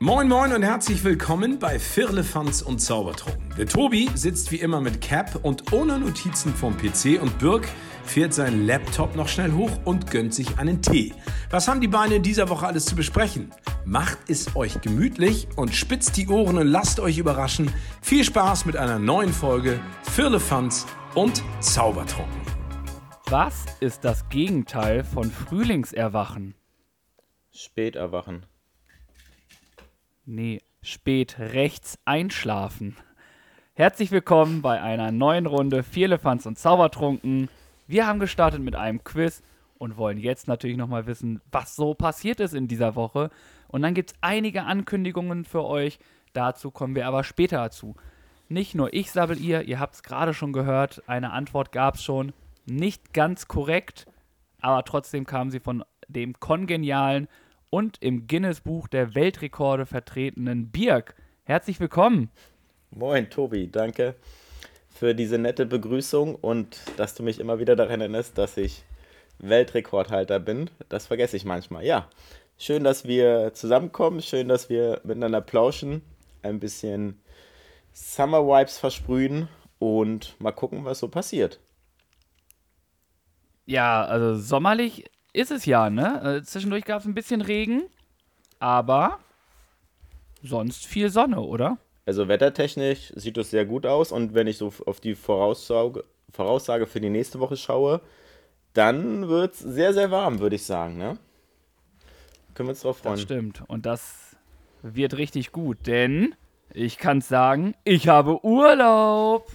Moin moin und herzlich willkommen bei Firlefanz und Zaubertrunken. Der Tobi sitzt wie immer mit Cap und ohne Notizen vom PC und Birk fährt seinen Laptop noch schnell hoch und gönnt sich einen Tee. Was haben die Beine in dieser Woche alles zu besprechen? Macht es euch gemütlich und spitzt die Ohren und lasst euch überraschen. Viel Spaß mit einer neuen Folge Firlefanz und Zaubertrunken. Was ist das Gegenteil von Frühlingserwachen? Spät erwachen. Nee, spät rechts einschlafen. Herzlich willkommen bei einer neuen Runde Firlefanz und Zaubertrunken. Wir haben gestartet mit einem Quiz und wollen jetzt natürlich nochmal wissen, was so passiert ist in dieser Woche. Und dann gibt es einige Ankündigungen für euch. Dazu kommen wir aber später dazu. Nicht nur ich sabbel ihr habt es gerade schon gehört, eine Antwort gab es schon. Nicht ganz korrekt, aber trotzdem kam sie von dem kongenialen und im Guinness-Buch der Weltrekorde vertretenen Birk. Herzlich willkommen. Moin Tobi, danke für diese nette Begrüßung und dass du mich immer wieder daran erinnerst, dass ich Weltrekordhalter bin. Das vergesse ich manchmal. Ja, schön, dass wir zusammenkommen, schön, dass wir miteinander plauschen, ein bisschen Summer Vibes versprühen und mal gucken, was so passiert. Ja, also sommerlich ist es ja, ne? Zwischendurch gab es ein bisschen Regen, aber sonst viel Sonne, oder? Also wettertechnisch sieht es sehr gut aus und wenn ich so auf die Voraussage für die nächste Woche schaue, dann wird es sehr, sehr warm, würde ich sagen, ne? Können wir uns drauf freuen. Das stimmt. Und das wird richtig gut, denn ich kann sagen, ich habe Urlaub.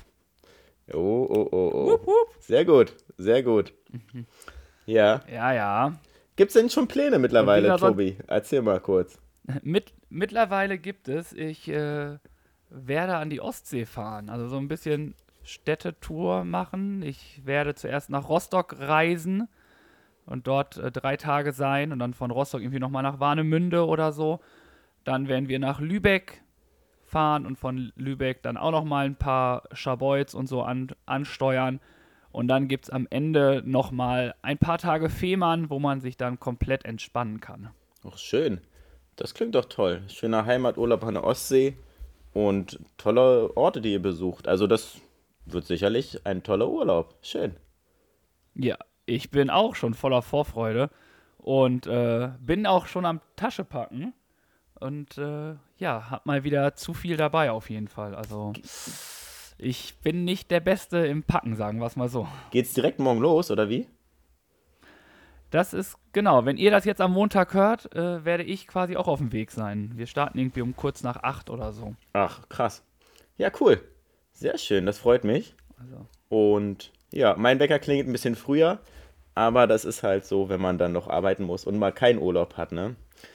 Oh. Wupp, wupp. Sehr gut, sehr gut. Ja. Ja. Gibt's denn schon Pläne mittlerweile, Und Tobi? Erzähl mal kurz. Mittlerweile gibt es, ich werde an die Ostsee fahren, also so ein bisschen Städtetour machen. Ich werde zuerst nach Rostock reisen und dort 3 Tage sein und dann von Rostock irgendwie nochmal nach Warnemünde oder so. Dann werden wir nach Lübeck fahren und von Lübeck dann auch nochmal ein paar Scharbeutz und so ansteuern. Und dann gibt es am Ende nochmal ein paar Tage Fehmarn, wo man sich dann komplett entspannen kann. Ach, schön. Das klingt doch toll. Schöner Heimaturlaub an der Ostsee und tolle Orte, die ihr besucht. Also das wird sicherlich ein toller Urlaub. Schön. Ja, ich bin auch schon voller Vorfreude und bin auch schon am Taschepacken und hab mal wieder zu viel dabei auf jeden Fall. Also ich bin nicht der Beste im Packen, sagen wir es mal so. Geht's direkt morgen los, oder wie? Das ist, genau, wenn ihr das jetzt am Montag hört, werde ich quasi auch auf dem Weg sein. Wir starten irgendwie um kurz nach 8 oder so. Ach, krass. Ja, cool. Sehr schön, das freut mich. Also. Und ja, mein Wecker klingelt ein bisschen früher, aber das ist halt so, wenn man dann noch arbeiten muss und mal keinen Urlaub hat, ne?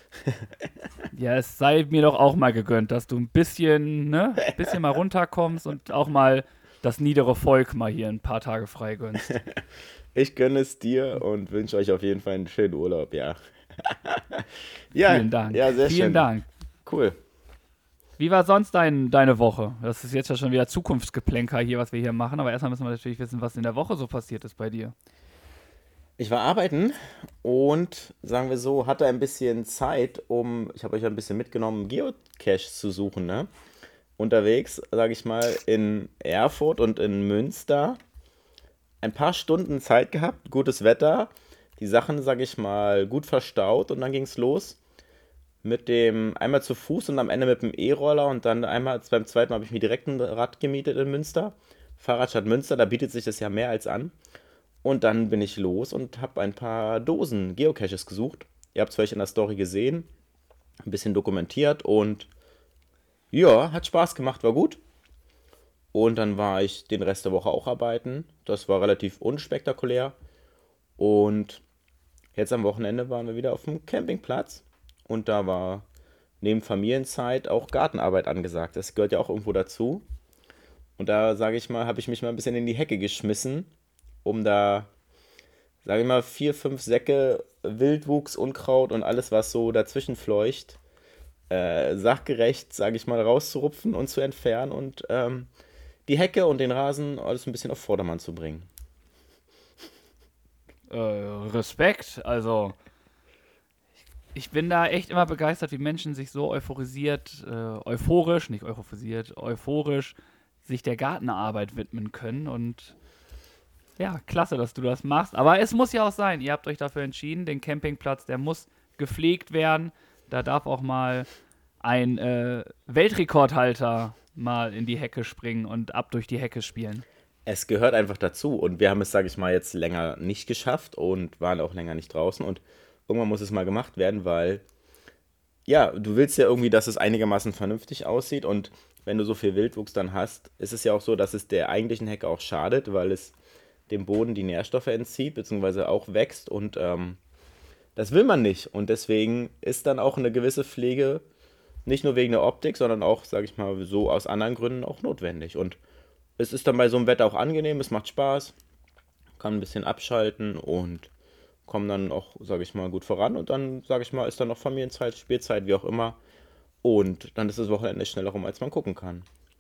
Ja, es sei mir doch auch mal gegönnt, dass du ein bisschen mal runterkommst und auch mal das niedere Volk mal hier ein paar Tage frei gönnst. Ich gönne es dir und wünsche euch auf jeden Fall einen schönen Urlaub, ja. Ja, Vielen Dank. Ja, sehr schön. Vielen Dank. Cool. Wie war sonst deine Woche? Das ist jetzt ja schon wieder Zukunftsgeplänker hier, was wir hier machen, aber erstmal müssen wir natürlich wissen, was in der Woche so passiert ist bei dir. Ich war arbeiten und, sagen wir so, hatte ein bisschen Zeit, ich habe euch ein bisschen mitgenommen, Geocache zu suchen, ne? Unterwegs, sage ich mal, in Erfurt und in Münster. Ein paar Stunden Zeit gehabt, gutes Wetter, die Sachen, sage ich mal, gut verstaut und dann ging es los mit dem einmal zu Fuß und am Ende mit dem E-Roller und dann beim zweiten Mal habe ich mir direkt ein Rad gemietet in Münster. Fahrradstadt Münster, da bietet sich das ja mehr als an. Und dann bin ich los und habe ein paar Dosen Geocaches gesucht. Ihr habt es vielleicht in der Story gesehen, ein bisschen dokumentiert und ja, hat Spaß gemacht, war gut. Und dann war ich den Rest der Woche auch arbeiten. Das war relativ unspektakulär. Und jetzt am Wochenende waren wir wieder auf dem Campingplatz. Und da war neben Familienzeit auch Gartenarbeit angesagt. Das gehört ja auch irgendwo dazu. Und da, sage ich mal, habe ich mich mal ein bisschen in die Hecke geschmissen, um da, sage ich mal, 4, 5 Säcke Wildwuchs, Unkraut und alles, was so dazwischen fleucht, sachgerecht, sage ich mal, rauszurupfen und zu entfernen und die Hecke und den Rasen alles ein bisschen auf Vordermann zu bringen. Respekt, also Ich bin da echt immer begeistert, wie Menschen sich so euphorisch sich der Gartenarbeit widmen können. Und ja, klasse, dass du das machst. Aber es muss ja auch sein. Ihr habt euch dafür entschieden, den Campingplatz, der muss gepflegt werden. Da darf auch mal ein Weltrekordhalter mal in die Hecke springen und ab durch die Hecke spielen. Es gehört einfach dazu und wir haben es, sage ich mal, jetzt länger nicht geschafft und waren auch länger nicht draußen und irgendwann muss es mal gemacht werden, weil, ja, du willst ja irgendwie, dass es einigermaßen vernünftig aussieht und wenn du so viel Wildwuchs dann hast, ist es ja auch so, dass es der eigentlichen Hecke auch schadet, weil es dem Boden die Nährstoffe entzieht, beziehungsweise auch wächst und das will man nicht und deswegen ist dann auch eine gewisse Pflege nicht nur wegen der Optik, sondern auch, sage ich mal, so aus anderen Gründen auch notwendig und es ist dann bei so einem Wetter auch angenehm, es macht Spaß, kann ein bisschen abschalten und kommen dann auch, sage ich mal, gut voran und dann, sage ich mal, ist dann noch Familienzeit, Spielzeit, wie auch immer und dann ist das Wochenende schneller rum, als man gucken kann.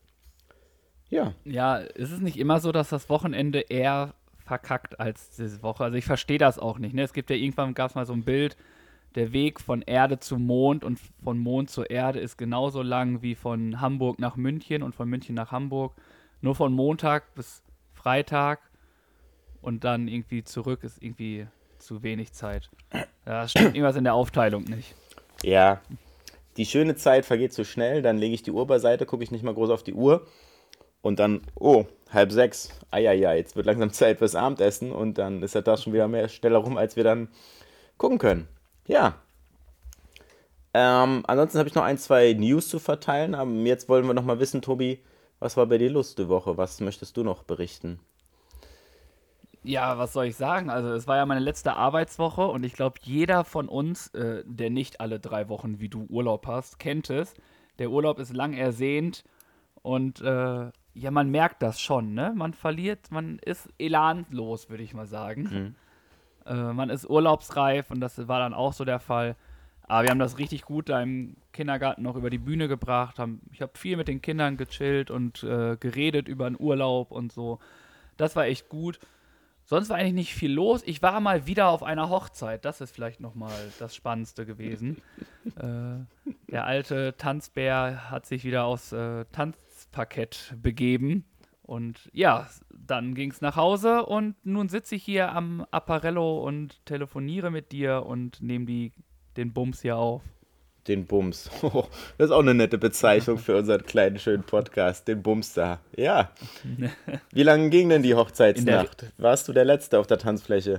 Ja, Ja, ist es nicht immer so, dass das Wochenende eher verkackt als diese Woche? Also ich verstehe das auch nicht. Ne? Es gibt ja irgendwann, gab es mal so ein Bild, der Weg von Erde zu Mond und von Mond zur Erde ist genauso lang wie von Hamburg nach München und von München nach Hamburg. Nur von Montag bis Freitag und dann irgendwie zurück ist irgendwie zu wenig Zeit. Da stimmt irgendwas in der Aufteilung nicht. ja, die schöne Zeit vergeht zu schnell, dann lege ich die Uhr beiseite, gucke ich nicht mal groß auf die Uhr und dann, oh, 5:30, ja, jetzt wird langsam Zeit fürs Abendessen und dann ist der Tag schon wieder mehr schneller rum, als wir dann gucken können. Ja, ansonsten habe ich noch ein, zwei News zu verteilen, aber jetzt wollen wir noch mal wissen, Tobi, was war bei dir los die Woche? Was möchtest du noch berichten? Ja, was soll ich sagen? Also es war ja meine letzte Arbeitswoche und ich glaube, jeder von uns, der nicht alle 3 Wochen wie du Urlaub hast, kennt es. Der Urlaub ist lang ersehnt und ja, man merkt das schon, ne? Man verliert, man ist elanlos, würde ich mal sagen. Man ist urlaubsreif und das war dann auch so der Fall. Aber wir haben das richtig gut da im Kindergarten noch über die Bühne gebracht. Ich habe viel mit den Kindern gechillt und geredet über den Urlaub und so. Das war echt gut. Sonst war eigentlich nicht viel los. Ich war mal wieder auf einer Hochzeit. Das ist vielleicht nochmal das Spannendste gewesen. Der alte Tanzbär hat sich wieder aufs Tanzparkett begeben. Und ja, dann ging es nach Hause und nun sitze ich hier am Apparello und telefoniere mit dir und nehme den Bums hier auf. Den Bums. Oh, das ist auch eine nette Bezeichnung für unseren kleinen, schönen Podcast, den Bums da. Ja. Wie lange ging denn die Hochzeitsnacht? Warst du der Letzte auf der Tanzfläche?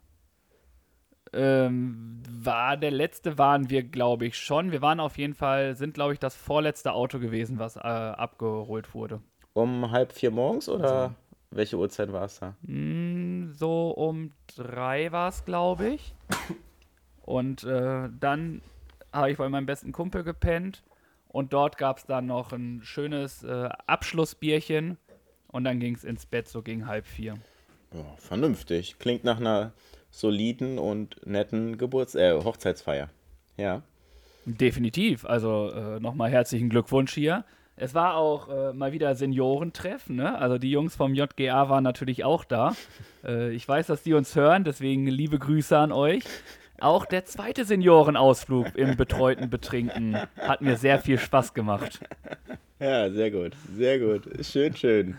Der letzte waren wir, glaube ich, schon. Wir waren auf jeden Fall, sind, glaube ich, das vorletzte Auto gewesen, was abgeholt wurde. Um 3:30 morgens oder welche Uhrzeit war es da? So um 3 war es, glaube ich. Und dann habe ich bei meinem besten Kumpel gepennt und dort gab es dann noch ein schönes Abschlussbierchen und dann ging es ins Bett so gegen 3:30. Ja, vernünftig. Klingt nach einer soliden und netten Hochzeitsfeier. Ja. Definitiv, also nochmal herzlichen Glückwunsch hier. Es war auch mal wieder Seniorentreff, ne? Also die Jungs vom JGA waren natürlich auch da. Ich weiß, dass die uns hören, deswegen liebe Grüße an euch. Auch der zweite Seniorenausflug im betreuten Betrinken hat mir sehr viel Spaß gemacht. Ja, sehr gut. Sehr gut. Schön, schön.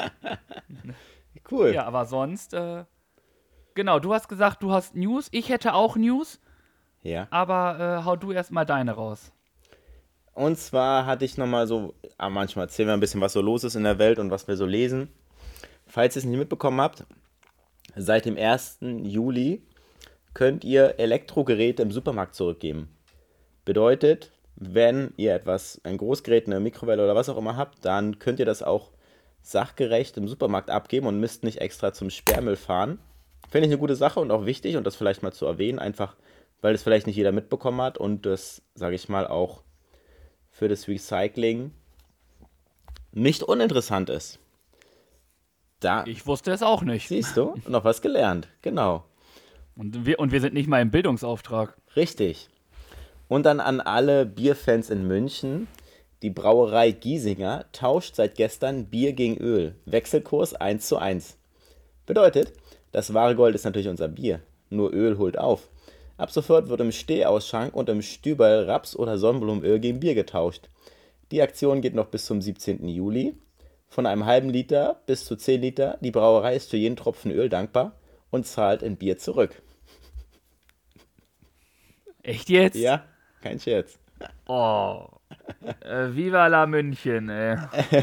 Cool. Ja, aber sonst, genau, du hast gesagt, du hast News. Ich hätte auch News, Ja. aber hau du erst mal deine raus. Und zwar hatte ich nochmal so, manchmal erzählen wir ein bisschen, was so los ist in der Welt und was wir so lesen. Falls ihr es nicht mitbekommen habt, seit dem 1. Juli könnt ihr Elektrogeräte im Supermarkt zurückgeben. Bedeutet, wenn ihr ein Großgerät, eine Mikrowelle oder was auch immer habt, dann könnt ihr das auch sachgerecht im Supermarkt abgeben und müsst nicht extra zum Sperrmüll fahren. Finde ich eine gute Sache und auch wichtig und das vielleicht mal zu erwähnen, einfach weil es vielleicht nicht jeder mitbekommen hat und das, sage ich mal, auch für das Recycling nicht uninteressant ist. Da Ich wusste es auch nicht. siehst du, noch was gelernt, genau. Und wir sind nicht mal im Bildungsauftrag. Richtig. Und dann an alle Bierfans in München. Die Brauerei Giesinger tauscht seit gestern Bier gegen Öl. Wechselkurs 1:1. Bedeutet, das wahre Gold ist natürlich unser Bier. Nur Öl holt auf. Ab sofort wird im Stehausschank und im Stüberl Raps- oder Sonnenblumenöl gegen Bier getauscht. Die Aktion geht noch bis zum 17. Juli. Von einem halben Liter bis zu 10 Liter. Die Brauerei ist für jeden Tropfen Öl dankbar und zahlt in Bier zurück. Echt jetzt? Ja, kein Scherz. Oh. Viva la München, ey.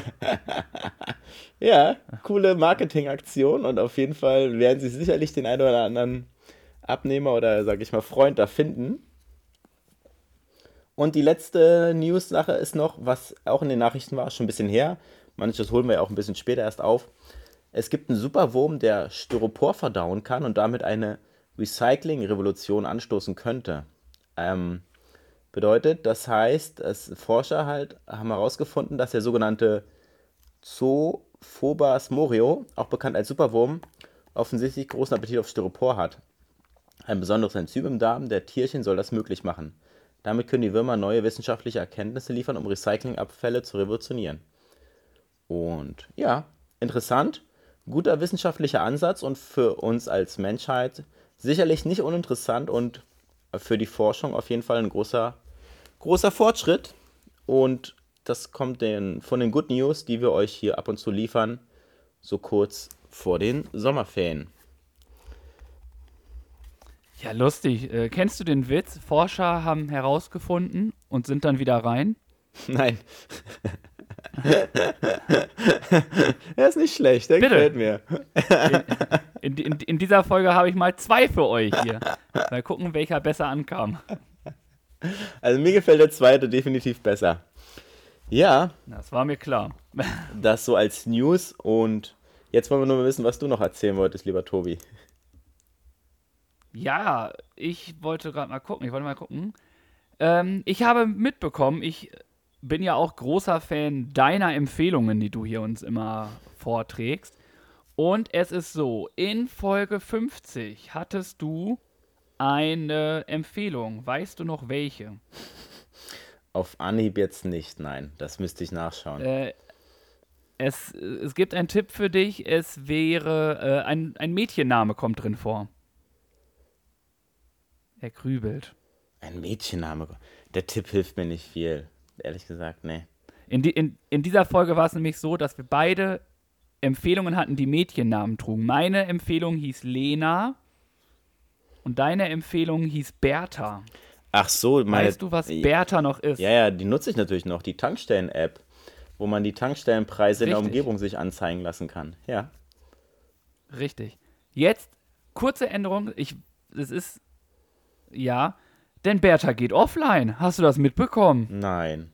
Ja, coole Marketingaktion und auf jeden Fall werden sie sicherlich den einen oder anderen Abnehmer oder, sag ich mal, Freund da finden. Und die letzte News-Sache ist noch, was auch in den Nachrichten war, schon ein bisschen her. Manches holen wir ja auch ein bisschen später erst auf. Es gibt einen Superwurm, der Styropor verdauen kann und damit eine Recycling-Revolution anstoßen könnte. Bedeutet, das heißt, Forscher halt haben herausgefunden, dass der sogenannte Zoophobas morio, auch bekannt als Superwurm, offensichtlich großen Appetit auf Styropor hat. Ein besonderes Enzym im Darm der Tierchen soll das möglich machen. Damit können die Würmer neue wissenschaftliche Erkenntnisse liefern, um Recyclingabfälle zu revolutionieren. Und ja, interessant, guter wissenschaftlicher Ansatz und für uns als Menschheit sicherlich nicht uninteressant und für die Forschung auf jeden Fall ein großer Fortschritt. Und das kommt von den Good News, die wir euch hier ab und zu liefern, so kurz vor den Sommerferien. Ja, lustig. Kennst du den Witz? Forscher haben herausgefunden und sind dann wieder rein? Nein. Er ist nicht schlecht, der Bitte. gefällt mir. In dieser Folge habe ich mal 2 für euch hier. Mal gucken, welcher besser ankam. Also mir gefällt der zweite definitiv besser. Ja, Das war mir klar. das so als News und jetzt wollen wir nur mal wissen, was du noch erzählen wolltest, lieber Tobi. Ja, ich wollte mal gucken. Ich habe mitbekommen, ich bin ja auch großer Fan deiner Empfehlungen, die du hier uns immer vorträgst. Und es ist so, in Folge 50 hattest du eine Empfehlung. Weißt du noch welche? Auf Anhieb jetzt nicht, nein. Das müsste ich nachschauen. Es gibt einen Tipp für dich. Es wäre, ein Mädchenname kommt drin vor. Er grübelt. Ein Mädchenname. Der Tipp hilft mir nicht viel. Ehrlich gesagt, nee. In dieser Folge war es nämlich so, dass wir beide Empfehlungen hatten, die Mädchennamen trugen. Meine Empfehlung hieß Lena und deine Empfehlung hieß Bertha. Ach so, Weißt du, was Bertha noch ist? Ja, die nutze ich natürlich noch. Die Tankstellen-App, wo man die Tankstellenpreise in der Richtig. Umgebung sich anzeigen lassen kann. Ja. Richtig. Jetzt, kurze Änderung. Denn Bertha geht offline. Hast du das mitbekommen? Nein.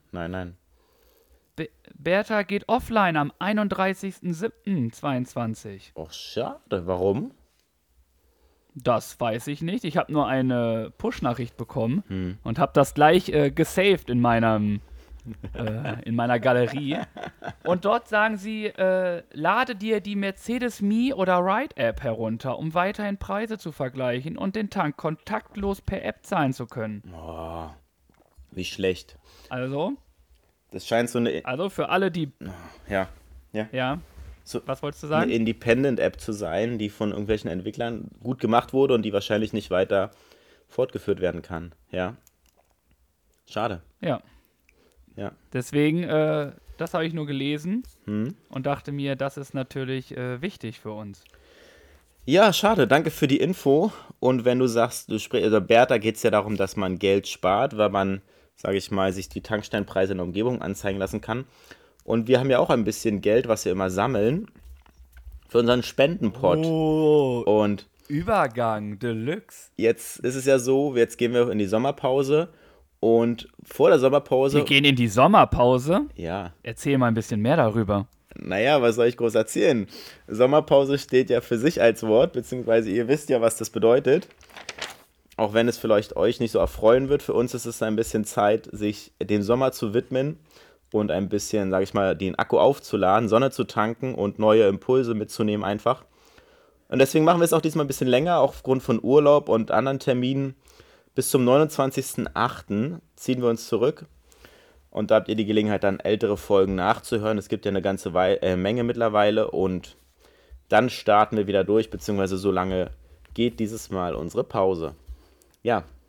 Bertha geht offline am 31.07.22. Och, schade. Warum? Das weiß ich nicht. Ich habe nur eine Push-Nachricht bekommen und habe das gleich gesaved in meiner Galerie. Und dort sagen sie, lade dir die Mercedes Me oder Ride App herunter, um weiterhin Preise zu vergleichen und den Tank kontaktlos per App zahlen zu können. Oh, wie schlecht. Also Das scheint so eine, für alle, die, ja, so was wolltest du eine sagen? Independent-App zu sein, die von irgendwelchen Entwicklern gut gemacht wurde und die wahrscheinlich nicht weiter fortgeführt werden kann. Ja. Schade. Ja. Ja. Deswegen, das habe ich nur gelesen und dachte mir, das ist natürlich wichtig für uns. Ja, schade. Danke für die Info. Und wenn du sagst, also Bertha, geht es ja darum, dass man Geld spart, weil man, sage ich mal, sich die Tankstellenpreise in der Umgebung anzeigen lassen kann. Und wir haben ja auch ein bisschen Geld, was wir immer sammeln, für unseren Spendenpot. Oh, Und Übergang Deluxe. jetzt ist es ja so, jetzt gehen wir in die Sommerpause. Und vor der Sommerpause. Wir gehen in die Sommerpause. Ja. Erzähl mal ein bisschen mehr darüber. Naja, was soll ich groß erzählen? Sommerpause steht ja für sich als Wort, beziehungsweise ihr wisst ja, was das bedeutet. Auch wenn es vielleicht euch nicht so erfreuen wird, für uns ist es ein bisschen Zeit, sich dem Sommer zu widmen und ein bisschen, sage ich mal, den Akku aufzuladen, Sonne zu tanken und neue Impulse mitzunehmen einfach. Und deswegen machen wir es auch diesmal ein bisschen länger, auch aufgrund von Urlaub und anderen Terminen. Bis zum 29.08. ziehen wir uns zurück. Und da habt ihr die Gelegenheit, dann ältere Folgen nachzuhören. Es gibt ja eine ganze Menge mittlerweile. Und dann starten wir wieder durch, beziehungsweise so lange geht dieses Mal unsere Pause. Ja,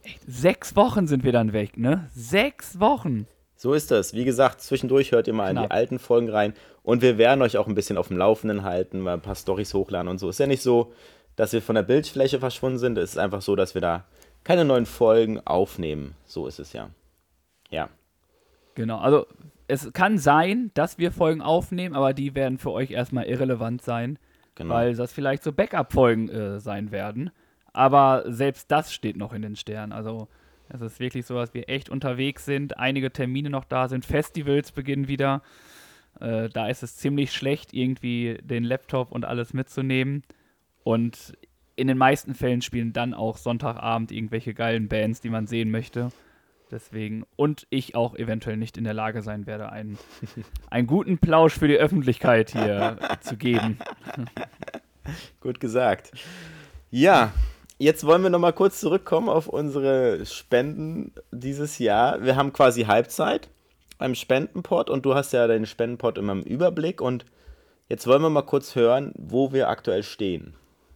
6 Wochen sind wir dann weg, ne? 6 Wochen. So ist das. Wie gesagt, zwischendurch hört ihr mal in die Knapp. alten Folgen rein und wir werden euch auch ein bisschen auf dem Laufenden halten, mal ein paar Storys hochladen und so. Ist ja nicht so, dass wir von der Bildfläche verschwunden sind. Es ist einfach so, dass wir da keine neuen Folgen aufnehmen. So ist es ja. Ja, Genau, also es kann sein, dass wir Folgen aufnehmen, aber die werden für euch erstmal irrelevant sein, genau. weil das vielleicht so Backup-Folgen sein werden. Aber selbst das steht noch in den Sternen. Also es ist wirklich so, dass wir echt unterwegs sind, einige Termine noch da sind, Festivals beginnen wieder. Da ist es ziemlich schlecht, irgendwie den Laptop und alles mitzunehmen. Und in den meisten Fällen spielen dann auch Sonntagabend irgendwelche geilen Bands, die man sehen möchte. Deswegen, und ich auch eventuell nicht in der Lage sein werde, einen guten Plausch für die Öffentlichkeit hier zu geben. Gut gesagt. Ja, jetzt wollen wir nochmal kurz zurückkommen auf unsere Spenden dieses Jahr. Wir haben quasi Halbzeit beim Spendenpot und du hast ja deinen Spendenpot immer im Überblick und jetzt wollen wir mal kurz hören, wo wir aktuell stehen.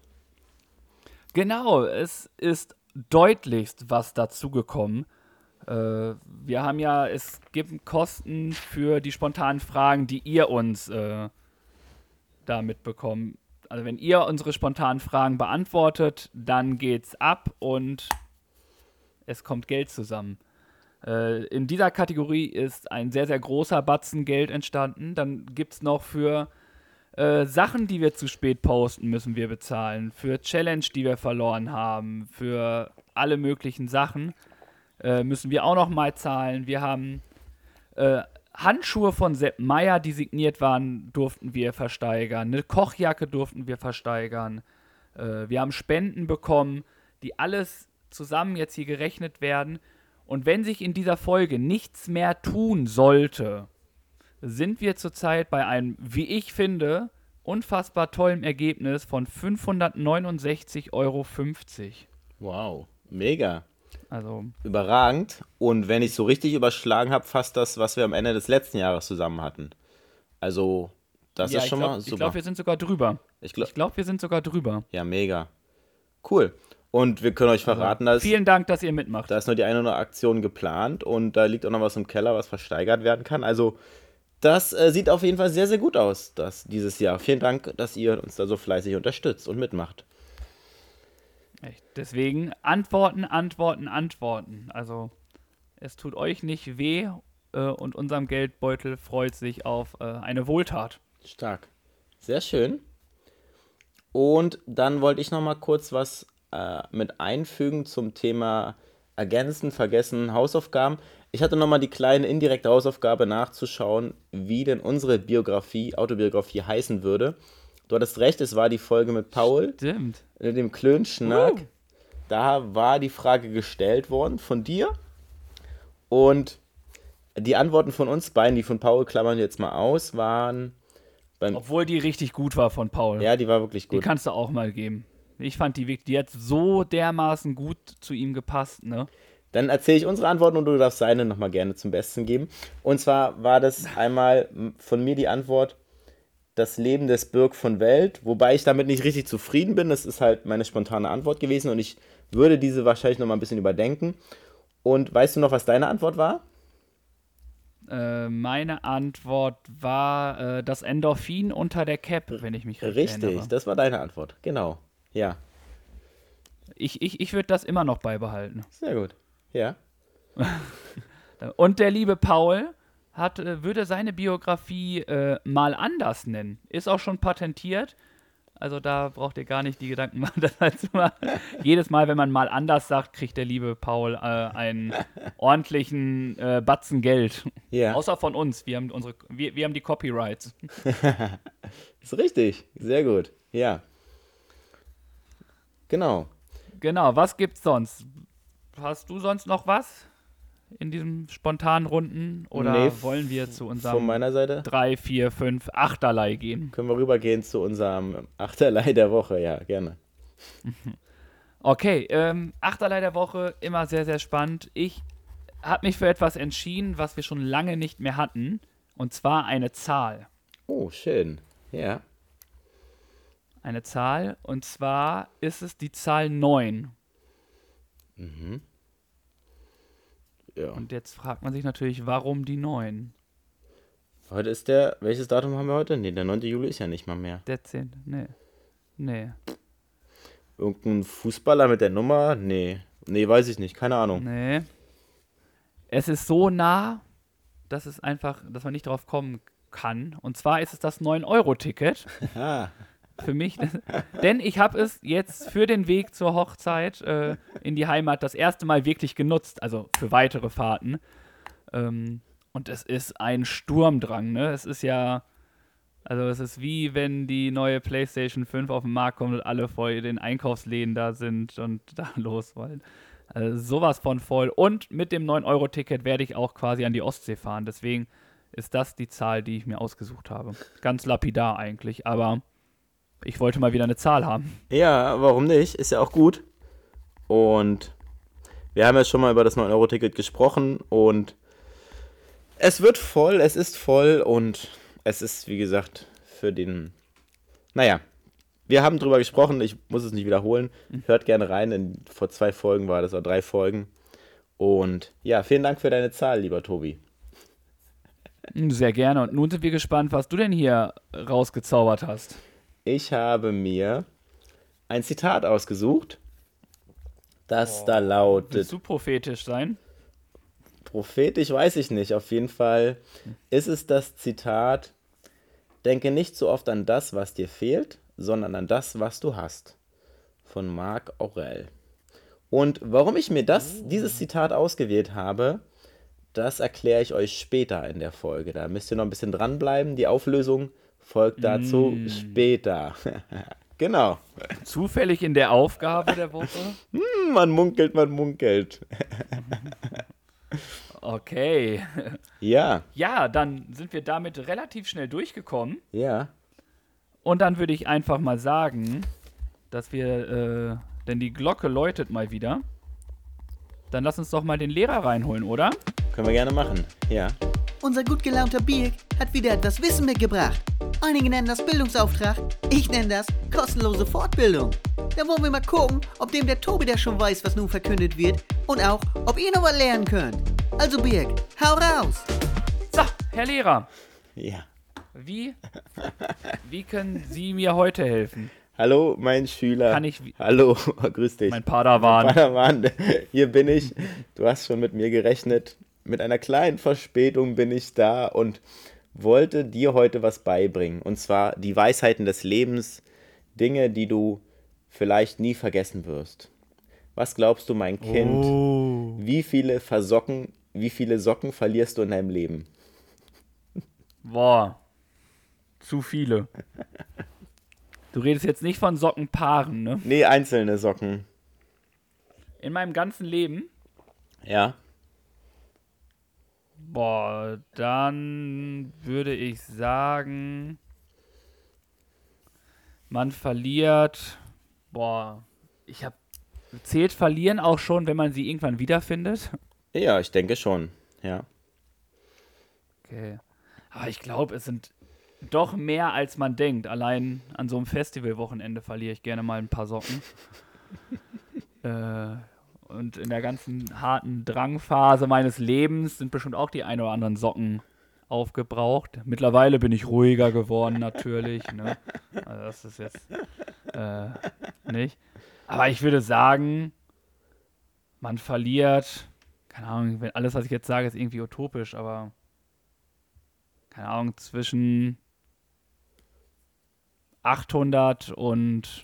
Genau, es ist deutlichst was dazugekommen. Wir haben ja, es gibt Kosten für die spontanen Fragen, die ihr uns da mitbekommt. Also wenn ihr unsere spontanen Fragen beantwortet, dann geht's ab und es kommt Geld zusammen. In dieser Kategorie ist ein sehr, sehr großer Batzen Geld entstanden. Dann gibt's noch für Sachen, die wir zu spät posten, müssen wir bezahlen. Für Challenge, die wir verloren haben. Für alle möglichen Sachen müssen wir auch noch mal zahlen. Wir haben Handschuhe von Sepp Meier, die signiert waren, durften wir versteigern. Eine Kochjacke durften wir versteigern. Wir haben Spenden bekommen, die alles zusammen jetzt hier gerechnet werden. Und wenn sich in dieser Folge nichts mehr tun sollte, sind wir zurzeit bei einem, wie ich finde, unfassbar tollen Ergebnis von 569,50 Euro. Wow, mega. Also, Überragend. Und wenn ich so richtig überschlagen habe, fast das, was wir am Ende des letzten Jahres zusammen hatten. Also, das ist schon mal ich super. glaube, wir sind sogar drüber. Ich glaub- Ich glaube, wir sind sogar drüber. Ja, mega. Cool. Und wir können euch verraten, dass Vielen Dank, dass ihr mitmacht. da ist nur die eine oder andere Aktion geplant und da liegt auch noch was im Keller, was versteigert werden kann. Also, das sieht auf jeden Fall sehr, sehr gut aus, dieses Jahr. Vielen Dank, dass ihr uns da so fleißig unterstützt und mitmacht. Echt. Deswegen antworten, antworten, antworten. Also, es tut euch nicht weh und unserem Geldbeutel freut sich auf eine Wohltat. Stark. Sehr schön. Und dann wollte ich noch mal kurz was mit einfügen zum Thema ergänzen, vergessen, Hausaufgaben. Ich hatte noch mal die kleine indirekte Hausaufgabe nachzuschauen, wie denn unsere Autobiografie heißen würde. Du hattest recht, es war die Folge mit Paul, Stimmt. dem Klönschnack. Da war die Frage gestellt worden von dir. Und die Antworten von uns beiden, die von Paul klammern wir jetzt mal aus, waren Obwohl die richtig gut war von Paul. ja, die war wirklich Die gut. kannst du auch mal geben. Ich fand die hat so dermaßen gut zu ihm gepasst, ne? Dann erzähle ich unsere Antworten und du darfst seine nochmal gerne zum Besten geben. Und zwar war das einmal von mir die Antwort, das Leben des Birk von Welt, wobei ich damit nicht richtig zufrieden bin. Das ist halt meine spontane Antwort gewesen und ich würde diese wahrscheinlich nochmal ein bisschen überdenken. Und weißt du noch, was deine Antwort war? Meine Antwort war das Endorphin unter der Cap, wenn ich mich recht Richtig, erinnere. das war deine Antwort. Genau. Ja, Ich würde das immer noch beibehalten. sehr gut. Ja. Und der liebe Paul würde seine Biografie mal anders nennen. Ist auch schon patentiert. Also da braucht ihr gar nicht die Gedanken machen. Das heißt mal, jedes Mal, wenn man mal anders sagt, kriegt der liebe Paul einen ordentlichen Batzen Geld. Ja. Außer von uns. Wir haben die Copyrights. Ist richtig. Sehr gut. Ja. Genau. Genau, was gibt's sonst? Hast du sonst noch was in diesem spontanen Runden? Oder Nee, wollen wir zu Von unserem meiner Seite 3, 4, 5, 8erlei gehen? können wir rübergehen zu unserem Achterlei der Woche. Ja, gerne. Okay, Achterlei der Woche, immer sehr, sehr spannend. Ich habe mich für etwas entschieden, was wir schon lange nicht mehr hatten. Und zwar eine Zahl. Oh, schön. Ja. Eine Zahl. Und zwar ist es die Zahl 9. Ja. Und jetzt fragt man sich natürlich, warum die 9? Heute ist welches Datum haben wir heute? Nee, der 9. Juli ist ja nicht mal mehr. Der 10. Nee. Irgendein Fußballer mit der Nummer? Nee, weiß ich nicht, keine Ahnung. Nee. Es ist so nah, dass man nicht drauf kommen kann. Und zwar ist es das 9-Euro-Ticket. Für mich. Denn ich habe es jetzt für den Weg zur Hochzeit in die Heimat das erste Mal wirklich genutzt. Also für weitere Fahrten. Und es ist ein Sturmdrang, ne? Es ist wie wenn die neue PlayStation 5 auf den Markt kommt und alle vor den Einkaufsläden da sind und da los wollen. Also sowas von voll. Und mit dem 9-Euro-Ticket werde ich auch quasi an die Ostsee fahren. Deswegen ist das die Zahl, die ich mir ausgesucht habe. Ganz lapidar eigentlich, aber ich wollte mal wieder eine Zahl haben. Ja, warum nicht? Ist ja auch gut. Und wir haben ja schon mal über das 9-Euro-Ticket gesprochen und es ist voll und es ist, wie gesagt, wir haben drüber gesprochen, ich muss es nicht wiederholen. Hört gerne rein, vor 2 Folgen war das, oder 3 Folgen. Und ja, vielen Dank für deine Zahl, lieber Tobi. Sehr gerne. Und nun sind wir gespannt, was du denn hier rausgezaubert hast. Ich habe mir ein Zitat ausgesucht, das da lautet... Willst du prophetisch sein? Prophetisch weiß ich nicht. Auf jeden Fall ist es das Zitat: Denke nicht so oft an das, was dir fehlt, sondern an das, was du hast. Von Marc Aurèle. Und warum ich mir dieses Zitat ausgewählt habe, das erkläre ich euch später in der Folge. Da müsst ihr noch ein bisschen dranbleiben. Die Auflösung folgt dazu später. Genau. Zufällig in der Aufgabe der Woche? Man munkelt. Okay. Ja. Ja, dann sind wir damit relativ schnell durchgekommen. Ja. Und dann würde ich einfach mal sagen, dass wir, denn die Glocke läutet mal wieder. Dann lass uns doch mal den Lehrer reinholen, oder? Können wir gerne machen, ja. Unser gut gelaunter Birk hat wieder etwas Wissen mitgebracht. Einige nennen das Bildungsauftrag, ich nenne das kostenlose Fortbildung. Da wollen wir mal gucken, ob dem der Tobi da schon weiß, was nun verkündet wird und auch, ob ihr noch was lernen könnt. Also Birk, hau raus! So, Herr Lehrer, Ja. wie können Sie mir heute helfen? Hallo, mein Schüler. Hallo, grüß dich. Mein Padawan. Padawan, hier bin ich. Du hast schon mit mir gerechnet. Mit einer kleinen Verspätung bin ich da und wollte dir heute was beibringen. Und zwar die Weisheiten des Lebens, Dinge, die du vielleicht nie vergessen wirst. Was glaubst du, mein Kind? Wie viele Socken verlierst du in deinem Leben? Boah, zu viele. Du redest jetzt nicht von Sockenpaaren, ne? Nee, einzelne Socken. In meinem ganzen Leben? Ja. Boah, dann würde ich sagen, man verliert. Boah, zählt verlieren auch schon, wenn man sie irgendwann wiederfindet? Ja, ich denke schon, ja. Okay. Aber ich glaube, es sind doch mehr, als man denkt. Allein an so einem Festivalwochenende verliere ich gerne mal ein paar Socken. Und in der ganzen harten Drangphase meines Lebens sind bestimmt auch die ein oder anderen Socken aufgebraucht. Mittlerweile bin ich ruhiger geworden, natürlich. Ne? Also das ist jetzt nicht. Aber ich würde sagen, man verliert, keine Ahnung, alles, was ich jetzt sage, ist irgendwie utopisch, aber keine Ahnung, zwischen 800 und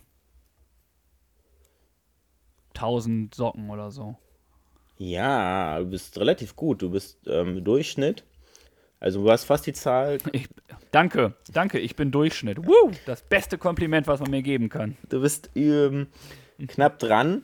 1000 Socken oder so. Ja, du bist relativ gut. Du bist Durchschnitt. Also du hast fast die Zahl. Danke, ich bin Durchschnitt. Woo, das beste Kompliment, was man mir geben kann. Du bist knapp dran.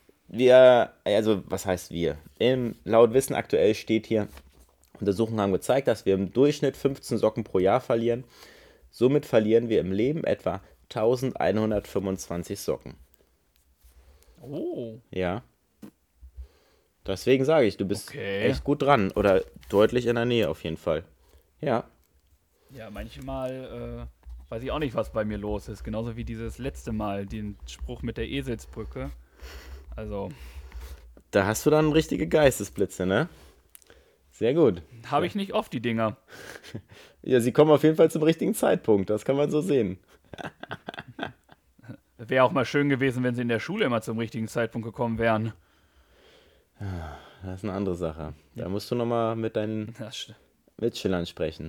Was heißt wir? Laut Wissen aktuell steht hier, Untersuchungen haben gezeigt, dass wir im Durchschnitt 15 Socken pro Jahr verlieren. Somit verlieren wir im Leben etwa 1125 Socken. Oh. Ja. Deswegen sage ich, du bist echt gut dran. Oder deutlich in der Nähe auf jeden Fall. Ja. Ja, manchmal weiß ich auch nicht, was bei mir los ist. Genauso wie dieses letzte Mal, den Spruch mit der Eselsbrücke. Also. Da hast du dann richtige Geistesblitze, ne? Sehr gut. Habe ich nicht oft, die Dinger. Ja, sie kommen auf jeden Fall zum richtigen Zeitpunkt. Das kann man so sehen. Wäre auch mal schön gewesen, wenn sie in der Schule immer zum richtigen Zeitpunkt gekommen wären. Das ist eine andere Sache. Da musst du nochmal mit deinen Mitschülern sprechen.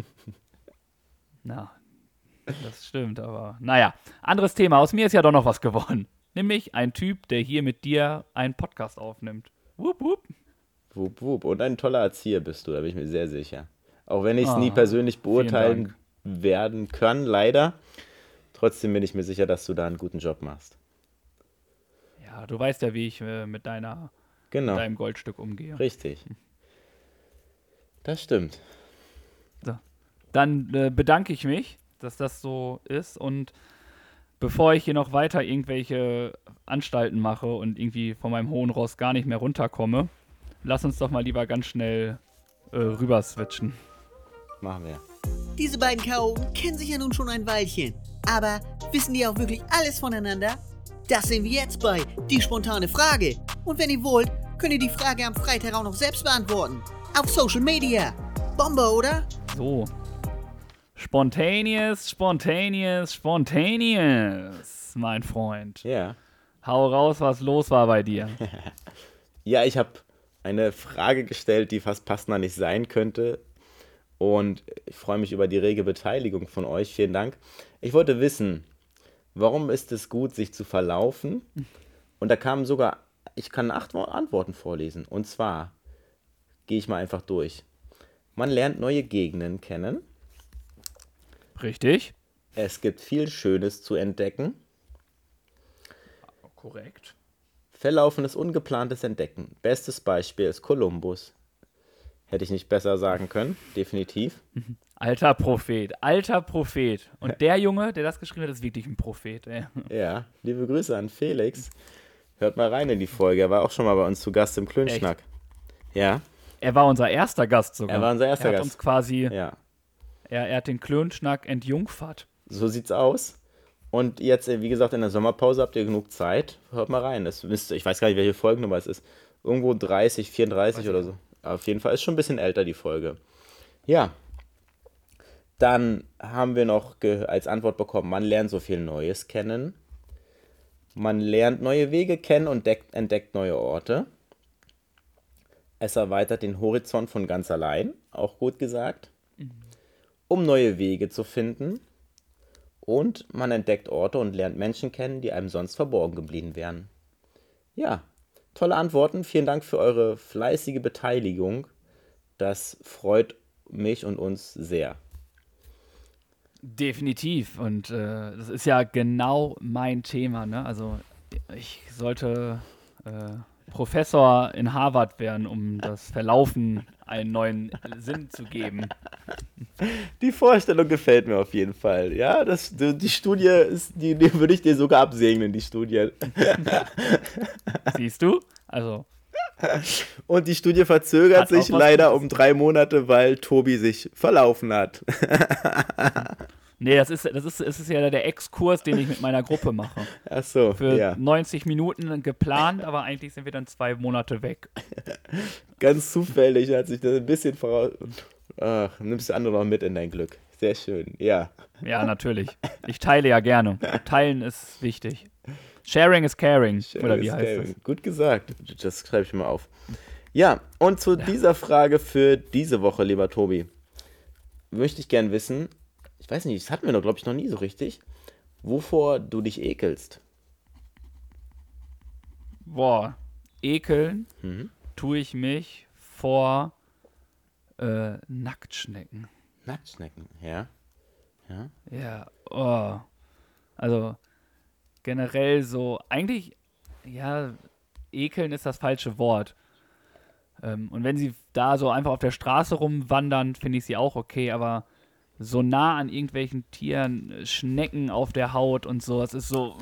Na, das stimmt, aber naja. Anderes Thema. Aus mir ist ja doch noch was geworden. Nämlich ein Typ, der hier mit dir einen Podcast aufnimmt. Wupp, wupp. Wupp, wupp. Und ein toller Erzieher bist du, da bin ich mir sehr sicher. Auch wenn ich es nie Ah, persönlich vielen beurteilen Dank. werden kann, leider. Trotzdem bin ich mir sicher, dass du da einen guten Job machst. Ja, du weißt ja, wie ich mit Genau, deinem Goldstück umgehe. richtig. Das stimmt. So. Dann bedanke ich mich, dass das so ist, und bevor ich hier noch weiter irgendwelche Anstalten mache und irgendwie von meinem hohen Ross gar nicht mehr runterkomme, lass uns doch mal lieber ganz schnell rüber switchen. Machen wir. Diese beiden Chaoten kennen sich ja nun schon ein Weilchen. Aber wissen die auch wirklich alles voneinander? Das sehen wir jetzt bei Die spontane Frage. Und wenn ihr wollt, könnt ihr die Frage am Freitag auch noch selbst beantworten. Auf Social Media. Bombe, oder? So. Spontaneous, mein Freund. Ja. Hau raus, was los war bei dir. Ja, ich habe eine Frage gestellt, die fast passender nicht sein könnte. Und ich freue mich über die rege Beteiligung von euch. Vielen Dank. Ich wollte wissen, warum ist es gut, sich zu verlaufen? Und da kamen sogar, ich kann 8 Antworten vorlesen. Und zwar gehe ich mal einfach durch. Man lernt neue Gegenden kennen. Richtig? Es gibt viel Schönes zu entdecken. Korrekt. Verlaufenes, ungeplantes Entdecken. Bestes Beispiel ist Kolumbus. Hätte ich nicht besser sagen können, definitiv. Alter Prophet. Und der Junge, der das geschrieben hat, ist wirklich ein Prophet. Ey. Ja, liebe Grüße an Felix. Hört mal rein in die Folge. Er war auch schon mal bei uns zu Gast im Klönschnack. Ja, Er war unser erster Gast sogar. Er war unser erster Er hat Gast. uns quasi, ja. er hat den Klönschnack entjungfert. So sieht's aus. Und jetzt, wie gesagt, in der Sommerpause habt ihr genug Zeit. Hört mal rein. Es müsste, ich weiß gar nicht, welche Folgennummer es ist. Irgendwo 30, 34 oder so. Auf jeden Fall ist schon ein bisschen älter, die Folge. Ja. Dann haben wir noch als Antwort bekommen, man lernt so viel Neues kennen. Man lernt neue Wege kennen und entdeckt neue Orte. Es erweitert den Horizont von ganz allein. Auch gut gesagt. Um neue Wege zu finden. Und man entdeckt Orte und lernt Menschen kennen, die einem sonst verborgen geblieben wären. Ja, tolle Antworten. Vielen Dank für eure fleißige Beteiligung. Das freut mich und uns sehr. Definitiv. Und das ist ja genau mein Thema. Ne? Also ich sollte Professor in Harvard werden, um das Verlaufen einen neuen Sinn zu geben. Die Vorstellung gefällt mir auf jeden Fall. Ja, die Studie ist, die würde ich dir sogar absegnen, die Studie. Siehst du? Also, Und die Studie verzögert Hat auch sich was leider Gutes. um 3 Monate, weil Tobi sich verlaufen hat. nee, es ist ja der Exkurs, den ich mit meiner Gruppe mache. Ach so, Für ja. 90 Minuten geplant, aber eigentlich sind wir dann 2 Monate weg. Ganz zufällig hat sich das ein bisschen voraus... Ach, nimmst du andere noch mit in dein Glück. Sehr schön, ja. Ja, natürlich. Ich teile ja gerne. Teilen ist wichtig. Sharing is caring, oder wie heißt es? Gut gesagt. Das schreibe ich mir auf. Ja, und zu dieser Frage für diese Woche, lieber Tobi, möchte ich gern wissen, ich weiß nicht, das hatten wir doch, glaube ich, noch nie so richtig, wovor du dich ekelst. Boah, ekeln tue ich mich vor Nacktschnecken. Nacktschnecken, ja. Ja. Ja, oh. Also generell so, eigentlich, ja, ekeln ist das falsche Wort. Und wenn sie da so einfach auf der Straße rumwandern, finde ich sie auch okay, aber so nah an irgendwelchen Tieren, Schnecken auf der Haut und so, das ist so,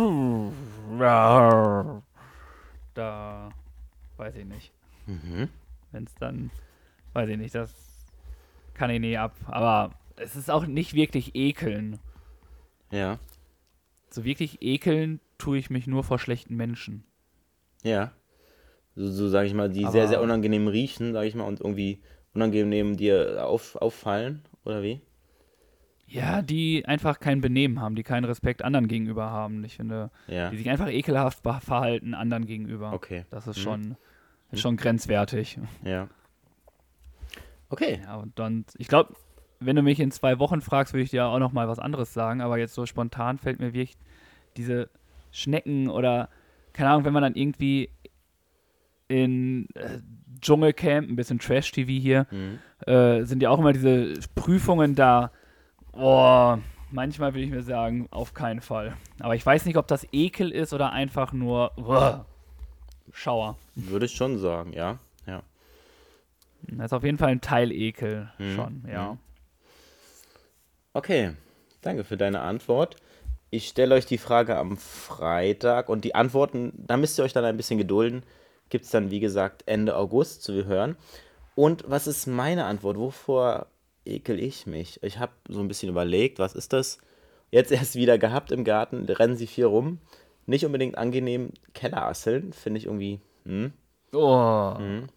da weiß ich nicht. Wenn es dann, weiß ich nicht, das kann ich nie ab. Aber es ist auch nicht wirklich ekeln. Ja. So wirklich ekeln tue ich mich nur vor schlechten Menschen. Ja. So sage ich mal, die Aber- sehr, sehr unangenehm riechen, sage ich mal, und irgendwie unangenehm dir auffallen, oder wie? Ja, die einfach kein Benehmen haben, die keinen Respekt anderen gegenüber haben. Ich finde, Ja, die sich einfach ekelhaft verhalten anderen gegenüber. okay. Das ist schon grenzwertig. Ja. Okay. Ja, und dann, ich glaube, wenn du mich in 2 Wochen fragst, würde ich dir auch noch mal was anderes sagen, aber jetzt so spontan fällt mir wirklich diese Schnecken oder, keine Ahnung, wenn man dann irgendwie in Dschungelcamp, ein bisschen Trash-TV hier, sind ja auch immer diese Prüfungen da. Oh, manchmal würde ich mir sagen, auf keinen Fall. Aber ich weiß nicht, ob das Ekel ist oder einfach nur Schauer. Würde ich schon sagen, ja. Ja. Das ist auf jeden Fall ein Teil Ekel schon, ja. Okay, danke für deine Antwort. Ich stelle euch die Frage am Freitag und die Antworten, da müsst ihr euch dann ein bisschen gedulden. Gibt es dann, wie gesagt, Ende August zu hören. Und was ist meine Antwort? Wovor ekel ich mich? Ich habe so ein bisschen überlegt, was ist das? Jetzt erst wieder gehabt im Garten, rennen sie viel rum. Nicht unbedingt angenehm, Kellerasseln, finde ich irgendwie. Oh.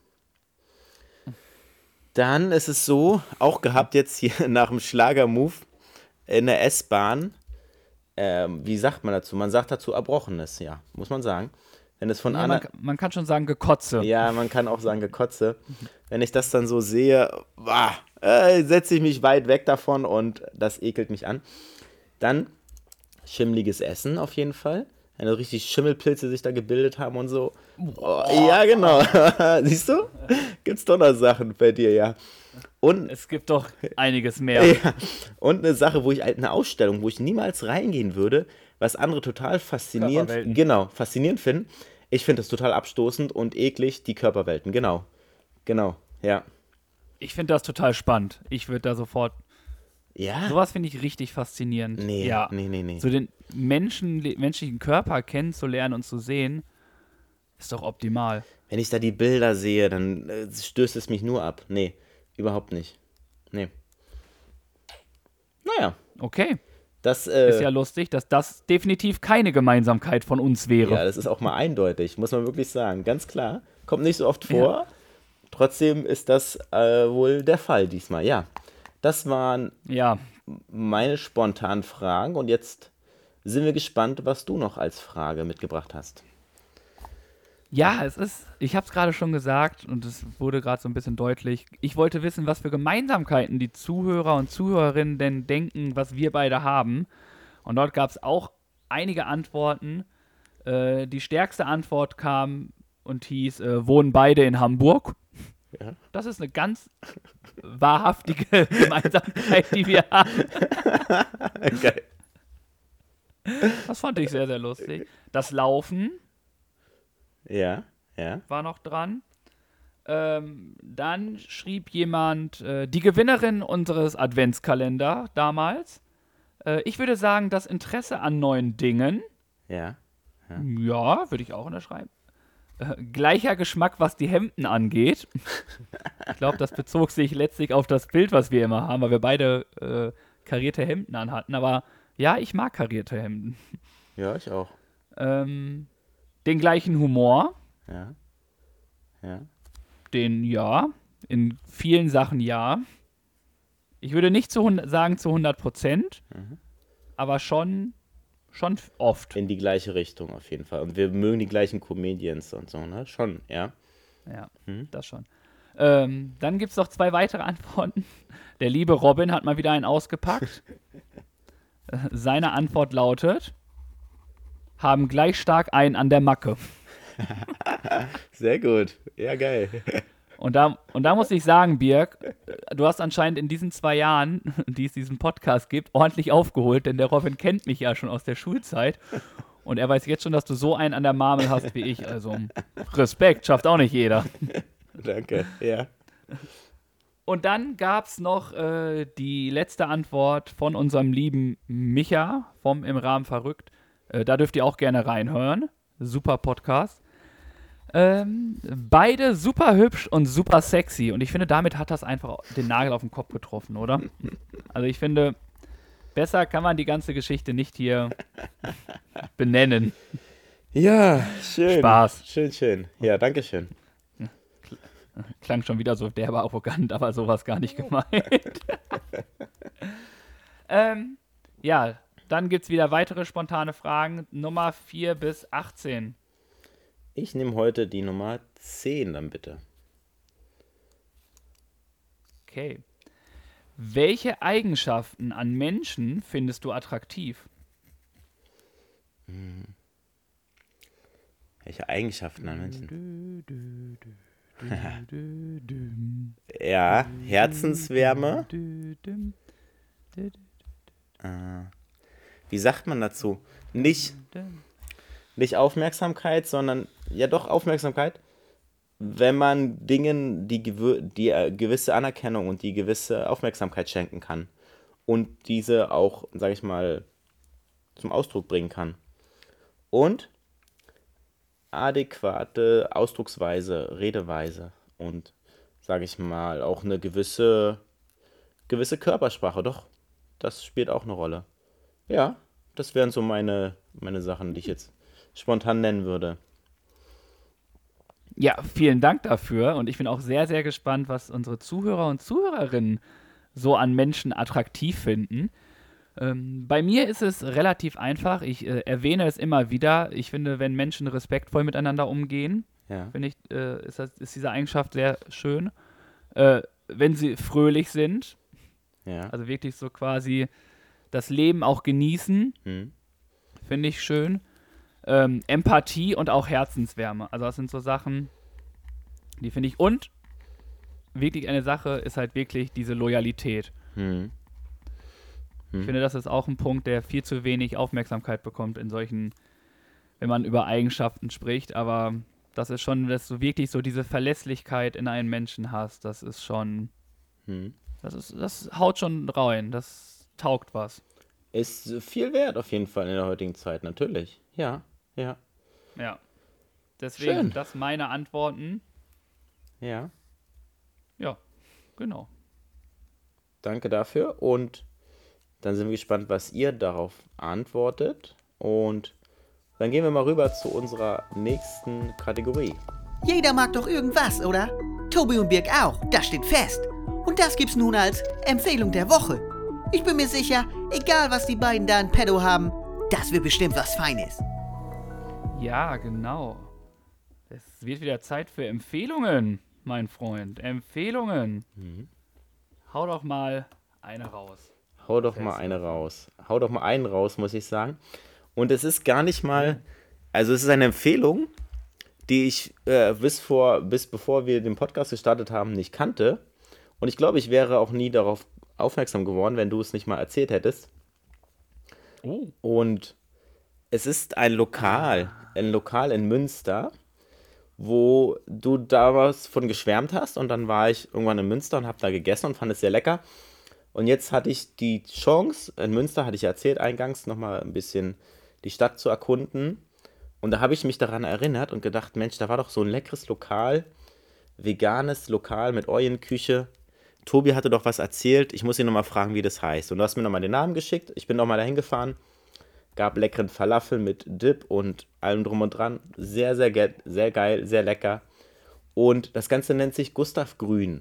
Dann ist es so, auch gehabt jetzt hier nach dem Schlager-Move in der S-Bahn. Wie sagt man dazu? Man sagt dazu Erbrochenes, ja, muss man sagen. Wenn es von Ja, anderen. man kann schon sagen Gekotze. Ja, man kann auch sagen Gekotze. Wenn ich das dann so sehe, setze ich mich weit weg davon und das ekelt mich an. Dann schimmliges Essen auf jeden Fall. Wenn so richtig Schimmelpilze sich da gebildet haben und so. Oh, ja, genau. Siehst du? Gibt's doch noch Sachen bei dir, ja. Und, Es gibt doch einiges mehr. ja. Und eine Sache, eine Ausstellung, wo ich niemals reingehen würde, was andere total faszinierend, Körperwelten. Faszinierend finden. Ich finde das total abstoßend und eklig, die Körperwelten, genau, ja. Ich finde das total spannend. Ich würde da sofort. Ja? Sowas finde ich richtig faszinierend. Nee, Ja. nee. So den menschlichen Körper kennenzulernen und zu sehen, ist doch optimal. Wenn ich da die Bilder sehe, dann stößt es mich nur ab. Nee, überhaupt nicht. Nee. Naja, Okay. das Ist ja lustig, dass das definitiv keine Gemeinsamkeit von uns wäre. ja, das ist auch mal eindeutig, muss man wirklich sagen. Ganz klar. Kommt nicht so oft vor. Trotzdem ist das wohl der Fall diesmal. Ja, das waren Ja. meine spontanen Fragen. Und jetzt sind wir gespannt, was du noch als Frage mitgebracht hast. Ja, ich habe es gerade schon gesagt und es wurde gerade so ein bisschen deutlich. Ich wollte wissen, was für Gemeinsamkeiten die Zuhörer und Zuhörerinnen denn denken, was wir beide haben. Und dort gab es auch einige Antworten. Die stärkste Antwort kam und hieß, wohnen beide in Hamburg. Ja. Das ist eine ganz wahrhaftige Gemeinsamkeit, die wir haben. Geil. Das fand ich sehr, sehr lustig. Das Laufen Ja. war noch dran. Dann schrieb jemand, die Gewinnerin unseres Adventskalender damals. Ich würde sagen, das Interesse an neuen Dingen. Ja. Ja, würde ich auch unterschreiben. Gleicher Geschmack, was die Hemden angeht. Ich glaube, das bezog sich letztlich auf das Bild, was wir immer haben, weil wir beide karierte Hemden anhatten. Aber ja, ich mag karierte Hemden. Ja, ich auch. Den gleichen Humor. Ja. Den ja, in vielen Sachen ja. Ich würde nicht sagen zu 100%, aber schon oft. In die gleiche Richtung auf jeden Fall. Und wir mögen die gleichen Comedians und so, ne? Schon, ja. Ja, das schon. Dann gibt es noch 2 weitere Antworten. Der liebe Robin hat mal wieder einen ausgepackt. Seine Antwort lautet, haben gleich stark einen an der Macke. Sehr gut. Ja, geil. Und da muss ich sagen, Birk, du hast anscheinend in diesen 2 Jahren, die es diesen Podcast gibt, ordentlich aufgeholt, denn der Robin kennt mich ja schon aus der Schulzeit und er weiß jetzt schon, dass du so einen an der Marmel hast wie ich. Also Respekt, schafft auch nicht jeder. Danke, ja. Und dann gab es noch die letzte Antwort von unserem lieben Micha vom Im Rahmen verrückt. Da dürft ihr auch gerne reinhören. Super Podcast. Beide super hübsch und super sexy. Und ich finde, damit hat das einfach den Nagel auf den Kopf getroffen, oder? Also ich finde, besser kann man die ganze Geschichte nicht hier benennen. Ja, schön. Spaß. Schön. Ja, danke schön. Klang schon wieder so derbe arrogant, aber sowas gar nicht gemeint. Ja, dann gibt es wieder weitere spontane Fragen. Nummer 4 bis 18. Ich nehme heute die Nummer 10 dann bitte. Okay. Welche Eigenschaften an Menschen findest du attraktiv? Welche Eigenschaften an Menschen? Ja, Herzenswärme. Wie sagt man dazu? Nicht Aufmerksamkeit, sondern ja doch Aufmerksamkeit, wenn man Dingen die gewisse Anerkennung und die gewisse Aufmerksamkeit schenken kann und diese auch, sage ich mal, zum Ausdruck bringen kann. Und adäquate Ausdrucksweise, Redeweise und, sage ich mal, auch eine gewisse Körpersprache, doch, das spielt auch eine Rolle. Ja, das wären so meine Sachen, die ich jetzt spontan nennen würde. Ja, vielen Dank dafür und ich bin auch sehr, sehr gespannt, was unsere Zuhörer und Zuhörerinnen so an Menschen attraktiv finden. Bei mir ist es relativ einfach. Ich erwähne es immer wieder. Ich finde, wenn Menschen respektvoll miteinander umgehen, Ja. finde ich, ist diese Eigenschaft sehr schön. Wenn sie fröhlich sind, Ja. also wirklich so quasi das Leben auch genießen, finde ich schön. Empathie und auch Herzenswärme. Also das sind so Sachen, die finde ich. Und wirklich eine Sache ist halt wirklich diese Loyalität. Ich finde, das ist auch ein Punkt, der viel zu wenig Aufmerksamkeit bekommt in solchen, wenn man über Eigenschaften spricht. Aber das ist schon, dass du wirklich so diese Verlässlichkeit in einen Menschen hast. Das ist schon, das haut schon rein. Das taugt was. Ist viel wert auf jeden Fall in der heutigen Zeit, natürlich. Ja. Ja. Deswegen Schön. sind das meine Antworten. Ja. Ja, genau. Danke dafür und dann sind wir gespannt, was ihr darauf antwortet und dann gehen wir mal rüber zu unserer nächsten Kategorie. Jeder mag doch irgendwas, oder? Tobi und Birk auch, das steht fest. Und das gibt's nun als Empfehlung der Woche. Ich bin mir sicher, egal was die beiden da in petto haben, das wird bestimmt was Feines. Ja, genau. Es wird wieder Zeit für Empfehlungen, mein Freund. Empfehlungen. Hau doch mal eine raus. Hau doch mal eine raus. Hau doch mal einen raus, muss ich sagen. Und es ist gar nicht mal, also es ist eine Empfehlung, die ich bis bevor wir den Podcast gestartet haben, nicht kannte. Und ich glaube, ich wäre auch nie darauf aufmerksam geworden, wenn du es nicht mal erzählt hättest. Oh. Und es ist ein Lokal in Münster, wo du damals von geschwärmt hast. Und dann war ich irgendwann in Münster und habe da gegessen und fand es sehr lecker. Und jetzt hatte ich die Chance, in Münster, hatte ich ja erzählt eingangs, nochmal ein bisschen die Stadt zu erkunden. Und da habe ich mich daran erinnert und gedacht, Mensch, da war doch so ein leckeres Lokal, veganes Lokal mit Eulenküche. Tobi hatte doch was erzählt, ich muss ihn nochmal fragen, wie das heißt. Und du hast mir nochmal den Namen geschickt, ich bin nochmal dahin gefahren, gab leckeren Falafel mit Dip und allem drum und dran. Sehr, sehr geil, sehr lecker. Und das Ganze nennt sich Gustav Grün.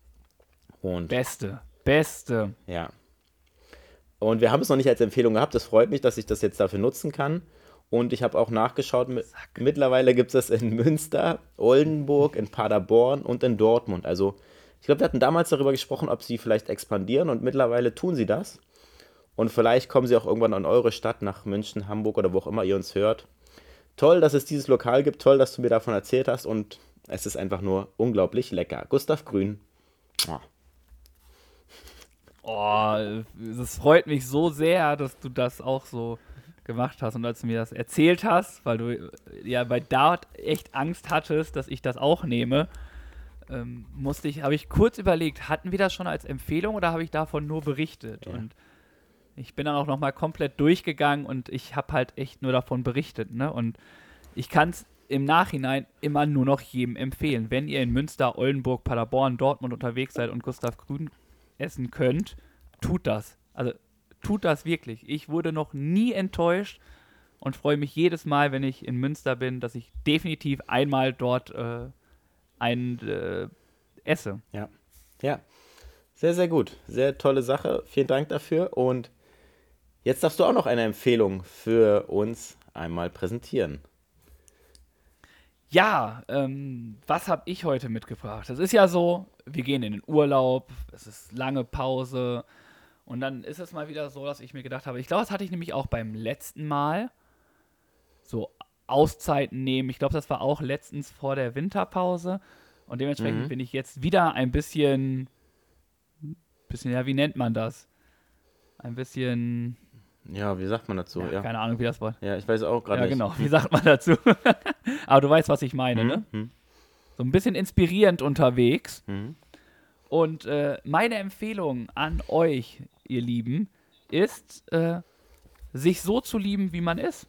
Und Beste. ja. Und wir haben es noch nicht als Empfehlung gehabt. Es freut mich, dass ich das jetzt dafür nutzen kann. Und ich habe auch nachgeschaut. Mittlerweile gibt es das in Münster, Oldenburg, in Paderborn und in Dortmund. Also ich glaube, wir hatten damals darüber gesprochen, ob sie vielleicht expandieren. Und mittlerweile tun sie das. Und vielleicht kommen sie auch irgendwann an eure Stadt, nach München, Hamburg oder wo auch immer ihr uns hört. Toll, dass es dieses Lokal gibt. Toll, dass du mir davon erzählt hast. Und es ist einfach nur unglaublich lecker. Gustav Grün. Oh. Oh, es freut mich so sehr, dass du das auch so gemacht hast und als du mir das erzählt hast, weil du ja bei Dart echt Angst hattest, dass ich das auch nehme, habe ich kurz überlegt, hatten wir das schon als Empfehlung oder habe ich davon nur berichtet? Ja. Und ich bin dann auch nochmal komplett durchgegangen und ich habe halt echt nur davon berichtet, ne? Und ich kann es im Nachhinein immer nur noch jedem empfehlen. Wenn ihr in Münster, Oldenburg, Paderborn, Dortmund unterwegs seid und Gustav Grün essen könnt, tut das. Also tut das wirklich. Ich wurde noch nie enttäuscht und freue mich jedes Mal, wenn ich in Münster bin, dass ich definitiv einmal dort esse. Ja. Ja. Sehr, sehr gut. Sehr tolle Sache. Vielen Dank dafür. Und jetzt darfst du auch noch eine Empfehlung für uns einmal präsentieren. Ja, was habe ich heute mitgebracht? Es ist ja so, wir gehen in den Urlaub, es ist lange Pause und dann ist es mal wieder so, dass ich mir gedacht habe, ich glaube, das hatte ich nämlich auch beim letzten Mal, so Auszeiten nehmen. Ich glaube, das war auch letztens vor der Winterpause und dementsprechend bin ich jetzt wieder ein bisschen, ja, wie nennt man das? Ein bisschen, Ja, wie sagt man dazu? Ja, keine Ahnung, wie das war. ja, ich weiß auch gerade Ja, nicht. genau, wie sagt man dazu? Aber du weißt, was ich meine, ne? So ein bisschen inspirierend unterwegs. Und meine Empfehlung an euch, ihr Lieben, ist, sich so zu lieben, wie man ist.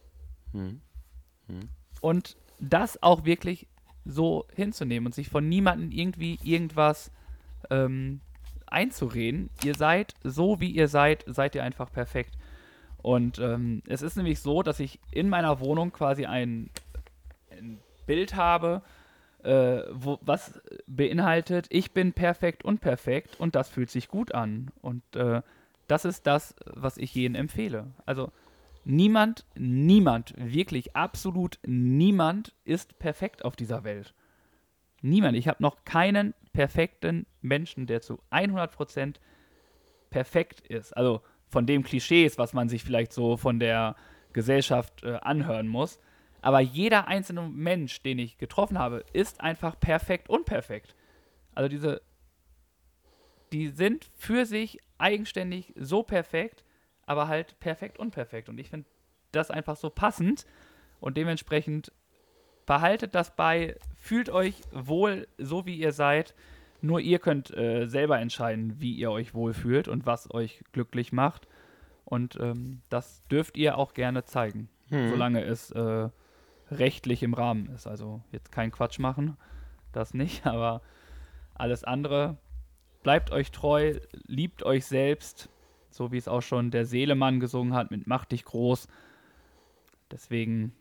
Und das auch wirklich so hinzunehmen und sich von niemandem irgendwie irgendwas einzureden. Ihr seid so, wie ihr seid ihr einfach perfekt. Und es ist nämlich so, dass ich in meiner Wohnung quasi ein Bild habe, was beinhaltet, ich bin perfekt und perfekt und das fühlt sich gut an. Und das ist das, was ich jedem empfehle. Also niemand, wirklich absolut niemand ist perfekt auf dieser Welt. Niemand. Ich habe noch keinen perfekten Menschen, der zu 100% perfekt ist. Also von dem Klischees, was man sich vielleicht so von der Gesellschaft anhören muss. Aber jeder einzelne Mensch, den ich getroffen habe, ist einfach perfekt unperfekt. Also die sind für sich eigenständig so perfekt, aber halt perfekt unperfekt. Und ich finde das einfach so passend und dementsprechend behaltet das bei, fühlt euch wohl, so wie ihr seid. Nur ihr könnt selber entscheiden, wie ihr euch wohlfühlt und was euch glücklich macht. Und das dürft ihr auch gerne zeigen, solange es rechtlich im Rahmen ist. Also jetzt kein Quatsch machen, das nicht, aber alles andere, bleibt euch treu, liebt euch selbst, so wie es auch schon der Seelemann gesungen hat mit Mach dich groß. Deswegen,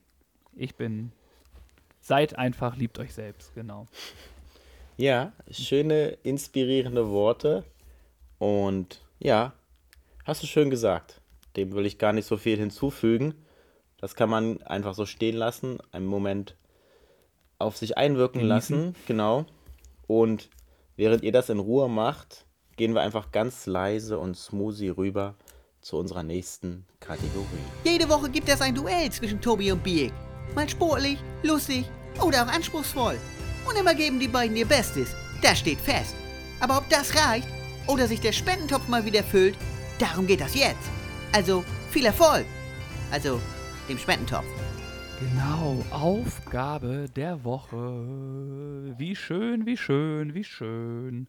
seid einfach, liebt euch selbst, genau. Ja, schöne, inspirierende Worte. Und ja, hast du schön gesagt. Dem will ich gar nicht so viel hinzufügen. Das kann man einfach so stehen lassen, einen Moment auf sich einwirken lassen. Genau. Und während ihr das in Ruhe macht, gehen wir einfach ganz leise und smoothie rüber zu unserer nächsten Kategorie. Jede Woche gibt es ein Duell zwischen Tobi und Birk. Mal sportlich, lustig oder auch anspruchsvoll. Und immer geben die beiden ihr Bestes. Das steht fest. Aber ob das reicht oder sich der Spendentopf mal wieder füllt, darum geht das jetzt. Also viel Erfolg. Also dem Spendentopf. Genau, Aufgabe der Woche. Wie schön, wie schön, wie schön.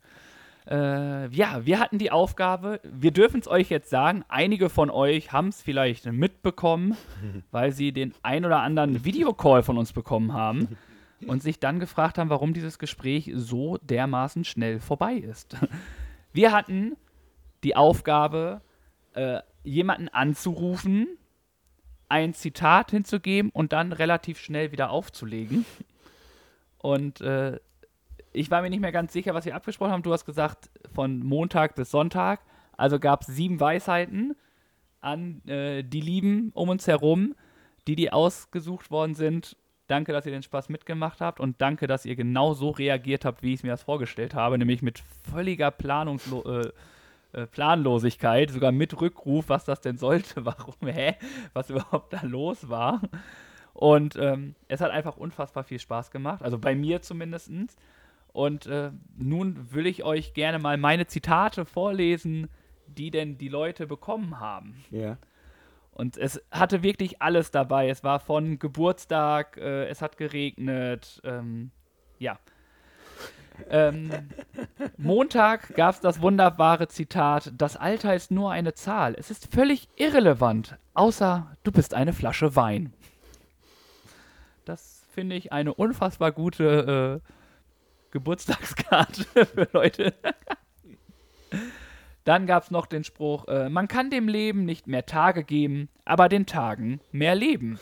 Ja, wir hatten die Aufgabe, wir dürfen es euch jetzt sagen, einige von euch haben es vielleicht mitbekommen, weil sie den ein oder anderen Videocall von uns bekommen haben und sich dann gefragt haben, warum dieses Gespräch so dermaßen schnell vorbei ist. Wir hatten die Aufgabe, jemanden anzurufen, ein Zitat hinzugeben und dann relativ schnell wieder aufzulegen. Und ich war mir nicht mehr ganz sicher, was wir abgesprochen haben. Du hast gesagt, von Montag bis Sonntag. Also gab es 7 Weisheiten an die Lieben um uns herum, die ausgesucht worden sind. Danke, dass ihr den Spaß mitgemacht habt und danke, dass ihr genau so reagiert habt, wie ich mir das vorgestellt habe, nämlich mit völliger Planlosigkeit, sogar mit Rückruf, was das denn sollte, warum, was überhaupt da los war. Und es hat einfach unfassbar viel Spaß gemacht, also bei mir zumindest. Und nun will ich euch gerne mal meine Zitate vorlesen, die denn die Leute bekommen haben. Ja. Und es hatte wirklich alles dabei. Es war von Geburtstag, es hat geregnet, ja. Montag gab es das wunderbare Zitat: Das Alter ist nur eine Zahl. Es ist völlig irrelevant, außer du bist eine Flasche Wein. Das finde ich eine unfassbar gute Geburtstagskarte für Leute. Dann gab es noch den Spruch, man kann dem Leben nicht mehr Tage geben, aber den Tagen mehr Leben.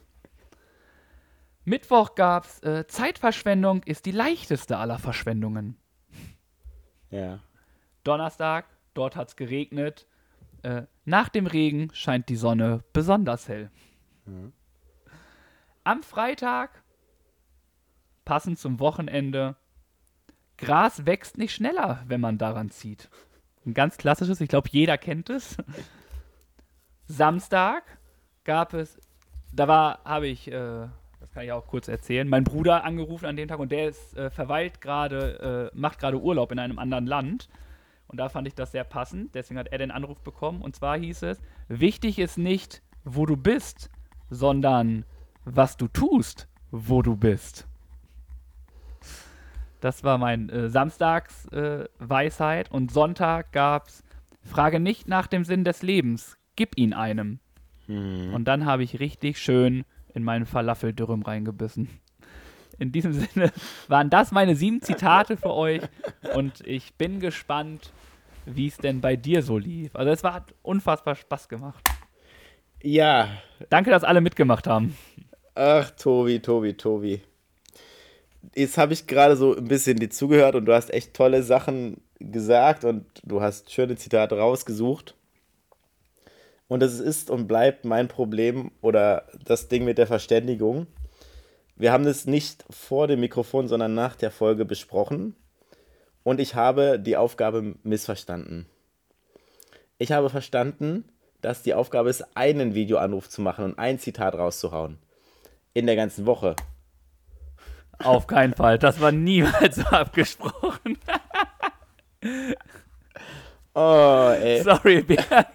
Mittwoch gab es, Zeitverschwendung ist die leichteste aller Verschwendungen. Ja. Donnerstag, dort hat es geregnet. Nach dem Regen scheint die Sonne besonders hell. Am Freitag, passend zum Wochenende, Gras wächst nicht schneller, wenn man daran zieht. Ein ganz klassisches, ich glaube, jeder kennt es. Samstag gab es, habe ich, das kann ich auch kurz erzählen, mein Bruder angerufen an dem Tag und der ist, macht gerade Urlaub in einem anderen Land. Und da fand ich das sehr passend, deswegen hat er den Anruf bekommen. Und zwar hieß es, wichtig ist nicht, wo du bist, sondern was du tust, wo du bist. Das war mein Samstags-Weisheit. Und Sonntag gab's, frage nicht nach dem Sinn des Lebens, gib ihn einem. Und dann habe ich richtig schön in meinen Falafeldürüm reingebissen. In diesem Sinne waren das meine 7 Zitate für euch. Und ich bin gespannt, wie es denn bei dir so lief. Also es hat unfassbar Spaß gemacht. Ja. Danke, dass alle mitgemacht haben. Ach, Tobi. Jetzt habe ich gerade so ein bisschen dir zugehört und du hast echt tolle Sachen gesagt und du hast schöne Zitate rausgesucht. Und es ist und bleibt mein Problem oder das Ding mit der Verständigung. Wir haben es nicht vor dem Mikrofon, sondern nach der Folge besprochen. Und ich habe die Aufgabe missverstanden. Ich habe verstanden, dass die Aufgabe ist, einen Videoanruf zu machen und ein Zitat rauszuhauen. In der ganzen Woche. Auf keinen Fall. Das war niemals so abgesprochen. Oh, ey. Sorry, Björn.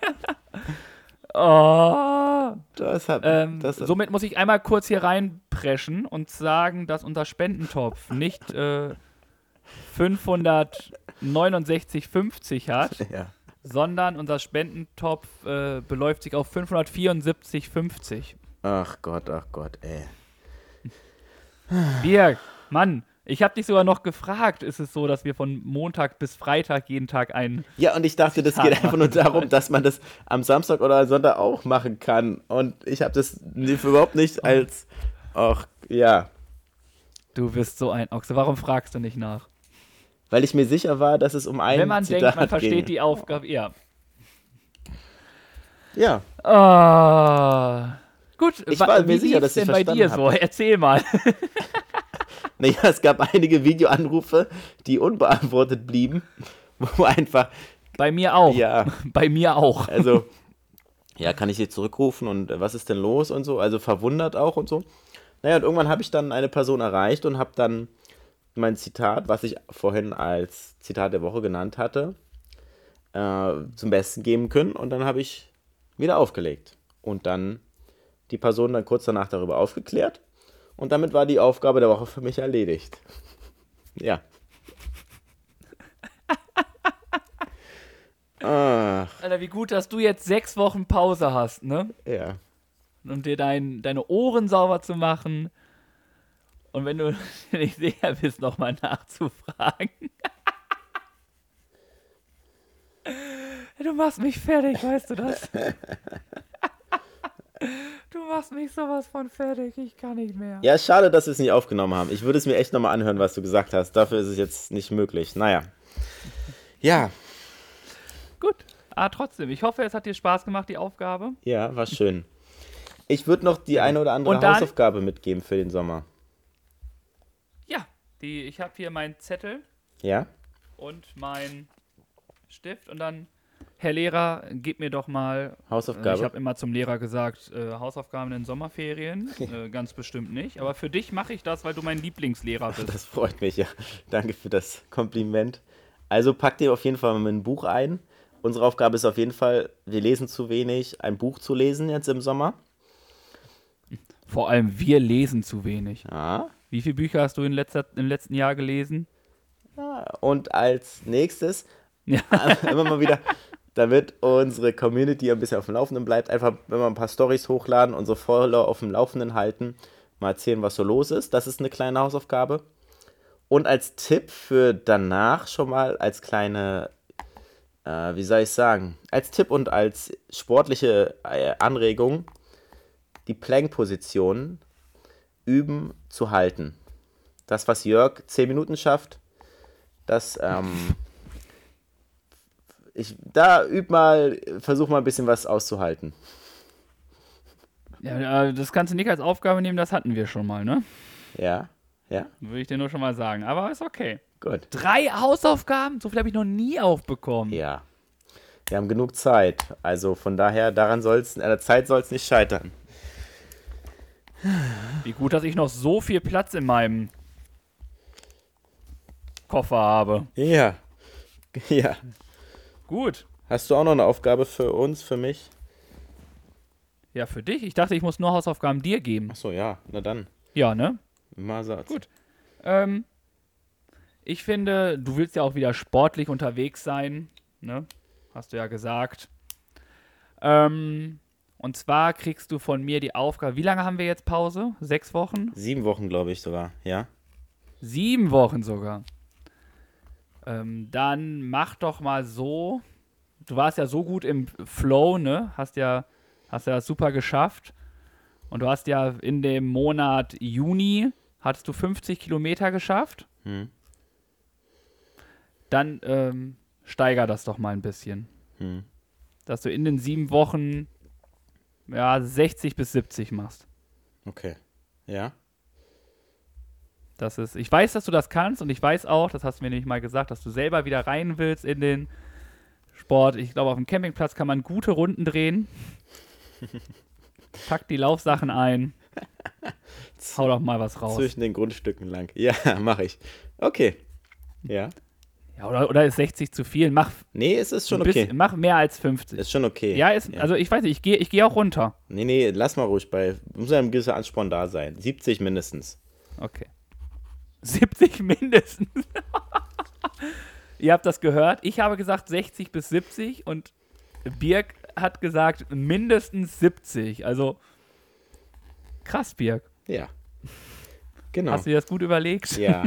Oh. Somit muss ich einmal kurz hier reinpreschen und sagen, dass unser Spendentopf nicht 569,50 hat, Ja. sondern unser Spendentopf beläuft sich auf 574,50. Ach Gott, ey. Birg, Mann, ich habe dich sogar noch gefragt, ist es so, dass wir von Montag bis Freitag jeden Tag einen... Ja, und ich dachte, das geht einfach nur darum, dass man das am Samstag oder Sonntag auch machen kann. Und ich habe das überhaupt nicht als... Ach, ja. Du bist so ein Ochse. Warum fragst du nicht nach? Weil ich mir sicher war, dass es um einen Wenn man Zitat denkt, man versteht ging. die Aufgabe, ja. Ja. Gut, Ich war mir sicher, dass denn ich bei dir verstanden so? Erzähl mal. Naja, es gab einige Videoanrufe, die unbeantwortet blieben, wo einfach... Bei mir auch. Ja. Bei mir auch. Also, ja, kann ich sie zurückrufen und was ist denn los und so, also verwundert auch und so. Naja, und irgendwann habe ich dann eine Person erreicht und habe dann mein Zitat, was ich vorhin als Zitat der Woche genannt hatte, zum Besten geben können und dann habe ich wieder aufgelegt. Und dann die Person dann kurz danach darüber aufgeklärt und damit war die Aufgabe der Woche für mich erledigt. Ja. Ach, Alter, wie gut, dass du jetzt 6 Wochen Pause hast, ne? ja. Um dir deine Ohren sauber zu machen. Und wenn du nicht sicher bist, nochmal nachzufragen. Du machst mich fertig, weißt du das? Du machst mich sowas von fertig, ich kann nicht mehr. Ja, schade, dass wir es nicht aufgenommen haben. Ich würde es mir echt nochmal anhören, was du gesagt hast. Dafür ist es jetzt nicht möglich. Naja. Ja. Gut, trotzdem, ich hoffe, es hat dir Spaß gemacht, die Aufgabe. Ja, war schön. Ich würde noch die eine oder andere Und dann- Hausaufgabe mitgeben für den Sommer. Ja, ich habe hier meinen Zettel Ja? und meinen Stift und dann, Herr Lehrer, gib mir doch mal, Hausaufgabe? ich habe immer zum Lehrer gesagt, Hausaufgaben in den Sommerferien, ganz bestimmt nicht, aber für dich mache ich das, weil du mein Lieblingslehrer bist. Das freut mich, ja. Danke für das Kompliment. Also pack dir auf jeden Fall mal ein Buch ein. Unsere Aufgabe ist auf jeden Fall, wir lesen zu wenig, ein Buch zu lesen jetzt im Sommer. Vor allem, wir lesen zu wenig. Ja. Wie viele Bücher hast du im letzten Jahr gelesen? Und als nächstes, Ja. immer mal wieder, damit unsere Community ein bisschen auf dem Laufenden bleibt, einfach, wenn wir ein paar Storys hochladen, unsere Follower auf dem Laufenden halten, mal erzählen, was so los ist. Das ist eine kleine Hausaufgabe. Und als Tipp für danach schon mal, als kleine wie soll ich sagen, als Tipp und als sportliche Anregung, die Plank-Position üben zu halten. Das, was Jörg 10 Minuten schafft, das, versuch mal ein bisschen was auszuhalten. Ja, das kannst du nicht als Aufgabe nehmen, das hatten wir schon mal, ne? Ja. Würde ich dir nur schon mal sagen. Aber ist okay. Gut. 3 Hausaufgaben? So viel habe ich noch nie aufbekommen. Ja. Wir haben genug Zeit. Also von daher, an der Zeit soll es nicht scheitern. Wie gut, dass ich noch so viel Platz in meinem Koffer habe. Ja. Gut. Hast du auch noch eine Aufgabe für uns, für mich? Ja, für dich? Ich dachte, ich muss nur Hausaufgaben dir geben. Achso, ja. Na dann. Ja, ne? Mal Satz. Gut. Ich finde, du willst ja auch wieder sportlich unterwegs sein, ne? Hast du ja gesagt. Und zwar kriegst du von mir die Aufgabe, wie lange haben wir jetzt Pause? 6 Wochen? 7 Wochen, glaube ich sogar, ja. 7 Wochen sogar. Dann mach doch mal so, du warst ja so gut im Flow, ne? Hast ja super geschafft. Und du hast ja in dem Monat Juni, hattest du 50 Kilometer geschafft. Dann steiger das doch mal ein bisschen. Dass du in den 7 Wochen 60 bis 70 machst. Okay. Ja. Ich weiß, dass du das kannst und ich weiß auch, das hast du mir nämlich mal gesagt, dass du selber wieder rein willst in den Sport. Ich glaube, auf dem Campingplatz kann man gute Runden drehen. Pack die Laufsachen ein. Hau doch mal was raus. Zwischen den Grundstücken lang. Ja, mache ich. Okay. Ja. Ja, oder ist 60 zu viel? Nee, es ist schon okay. Mach mehr als 50. Ist schon okay. Ja, also ich weiß nicht, ich geh auch runter. Nee, lass mal ruhig muss ja ein gewisser Ansporn da sein. 70 mindestens. Okay. 70 mindestens. Ihr habt das gehört. Ich habe gesagt 60 bis 70 und Birg hat gesagt mindestens 70. Also krass, Birg. Ja. Genau. Hast du dir das gut überlegt? Ja.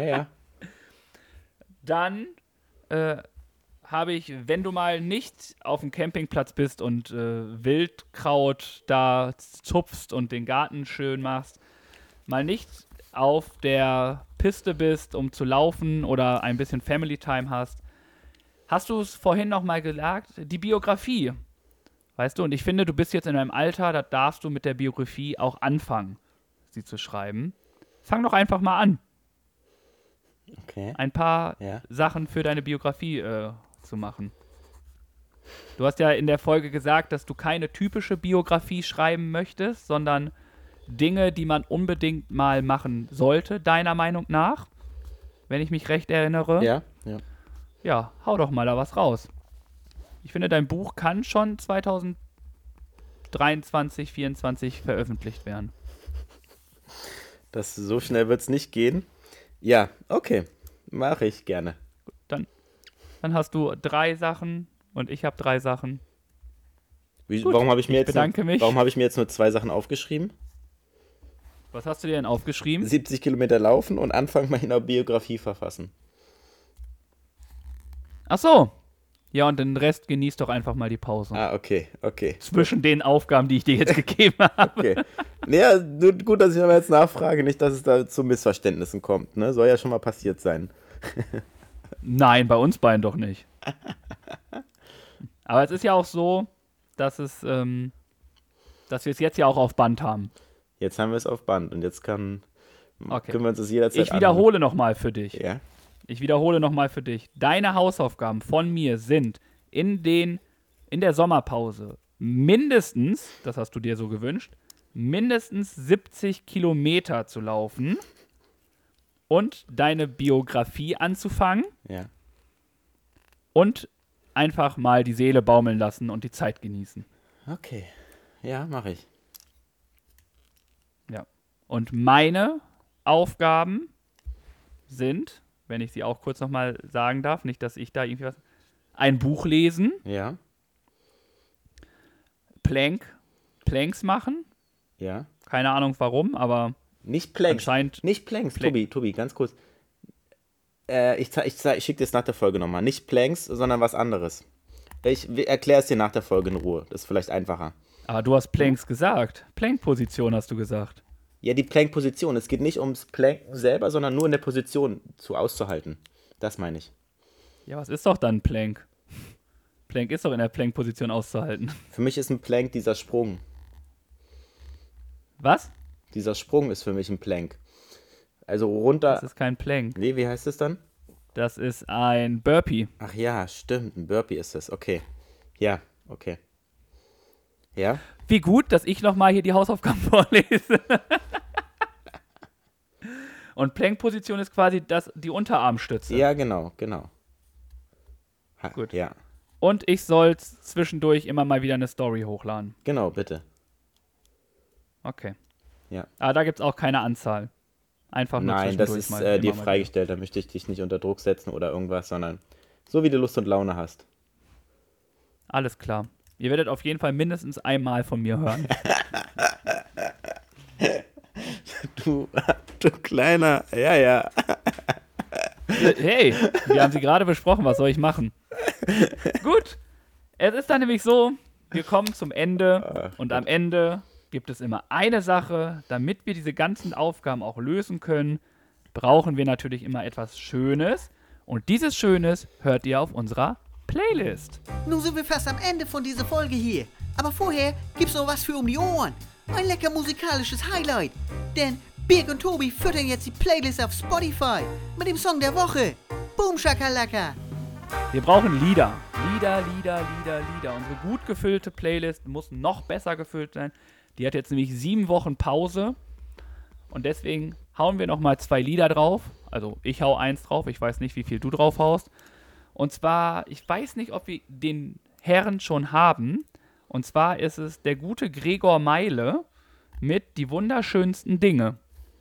Dann habe ich, wenn du mal nicht auf dem Campingplatz bist und Wildkraut da zupfst und den Garten schön machst, mal nicht auf der Piste bist, um zu laufen oder ein bisschen Family Time hast du es vorhin noch mal gesagt, die Biografie. Weißt du, und ich finde, du bist jetzt in einem Alter, da darfst du mit der Biografie auch anfangen, sie zu schreiben. Fang doch einfach mal an. Okay. Ein paar Sachen für deine Biografie zu machen. Du hast ja in der Folge gesagt, dass du keine typische Biografie schreiben möchtest, sondern Dinge, die man unbedingt mal machen sollte, deiner Meinung nach, wenn ich mich recht erinnere. Ja. Ja, hau doch mal da was raus. Ich finde, dein Buch kann schon 2023, 2024 veröffentlicht werden. So schnell wird es nicht gehen. Ja, okay. Mache ich gerne. Dann hast du 3 Sachen und ich habe 3 Sachen. Warum habe ich mir jetzt nur 2 Sachen aufgeschrieben? Was hast du dir denn aufgeschrieben? 70 Kilometer laufen und anfangen meiner Biografie verfassen. Ach so. Ja, und den Rest genießt doch einfach mal die Pause. Ah, okay. Zwischen den Aufgaben, die ich dir jetzt gegeben habe. Okay. Naja, nur gut, dass ich aber jetzt nachfrage, nicht, dass es da zu Missverständnissen kommt. Ne? Soll ja schon mal passiert sein. Nein, bei uns beiden doch nicht. Aber es ist ja auch so, dass wir es jetzt ja auch auf Band haben. Jetzt haben wir es auf Band und jetzt können wir uns das jederzeit Ich wiederhole nochmal für dich. Ja. Ich wiederhole nochmal für dich. Deine Hausaufgaben von mir sind in der Sommerpause mindestens, das hast du dir so gewünscht, mindestens 70 Kilometer zu laufen und deine Biografie anzufangen. Ja. Und einfach mal die Seele baumeln lassen und die Zeit genießen. Okay. Ja, mache ich. Ja. Und meine Aufgaben sind, wenn ich sie auch kurz nochmal sagen darf, nicht, dass ich da irgendwie ein Buch lesen. Ja. Planks machen. Ja. Keine Ahnung warum, aber Nicht Planks. anscheinend Nicht Planks. Tobi, ganz kurz. Ich schicke dir es nach der Folge nochmal. Nicht Planks, sondern was anderes. Ich erkläre es dir nach der Folge in Ruhe. Das ist vielleicht einfacher. Aber du hast Planks gesagt. Plank-Position hast du gesagt. Ja, die Plank-Position. Es geht nicht ums Planken selber, sondern nur in der Position auszuhalten. Das meine ich. Ja, was ist doch dann Plank? Plank ist doch in der Plank-Position auszuhalten. Für mich ist ein Plank dieser Sprung. Was? Dieser Sprung ist für mich ein Plank. Also runter. Das ist kein Plank. Nee, wie heißt es dann? Das ist ein Burpee. Ach ja, stimmt. Ein Burpee ist es. Okay. Ja, okay. Ja? Wie gut, dass ich nochmal hier die Hausaufgaben vorlese. Und Plank-Position ist quasi die Unterarmstütze. Ja, genau. Gut. Ja, Und ich soll zwischendurch immer mal wieder eine Story hochladen. genau, bitte. Okay. Ja. Aber da gibt es auch keine Anzahl. Einfach nur Nein, das zwischendurch ist mal dir immer mal freigestellt. Da möchte ich dich nicht unter Druck setzen oder irgendwas, sondern so wie du Lust und Laune hast. wieder. Alles klar. Ihr werdet auf jeden Fall mindestens einmal von mir hören. Du kleiner. Ja. Hey, wir haben sie gerade besprochen, was soll ich machen? Gut, es ist dann nämlich so, wir kommen zum Ende und am Ende gibt es immer eine Sache, damit wir diese ganzen Aufgaben auch lösen können, brauchen wir natürlich immer etwas Schönes und dieses Schönes hört ihr auf unserer Playlist. Nun sind wir fast am Ende von dieser Folge hier. Aber vorher gibt's noch was für um die Ohren. Ein lecker musikalisches Highlight. Denn Birk und Tobi füttern jetzt die Playlist auf Spotify mit dem Song der Woche. Boom Shakalaka. Wir brauchen Lieder. Lieder. Unsere gut gefüllte Playlist muss noch besser gefüllt sein. Die hat jetzt nämlich 7 Wochen Pause. Und deswegen hauen wir nochmal 2 Lieder drauf. Also ich hau 1 drauf. Ich weiß nicht, wie viel du drauf haust. Und zwar, ich weiß nicht, ob wir den Herren schon haben. Und zwar ist es der gute Gregor Meile mit Die wunderschönsten Dinge.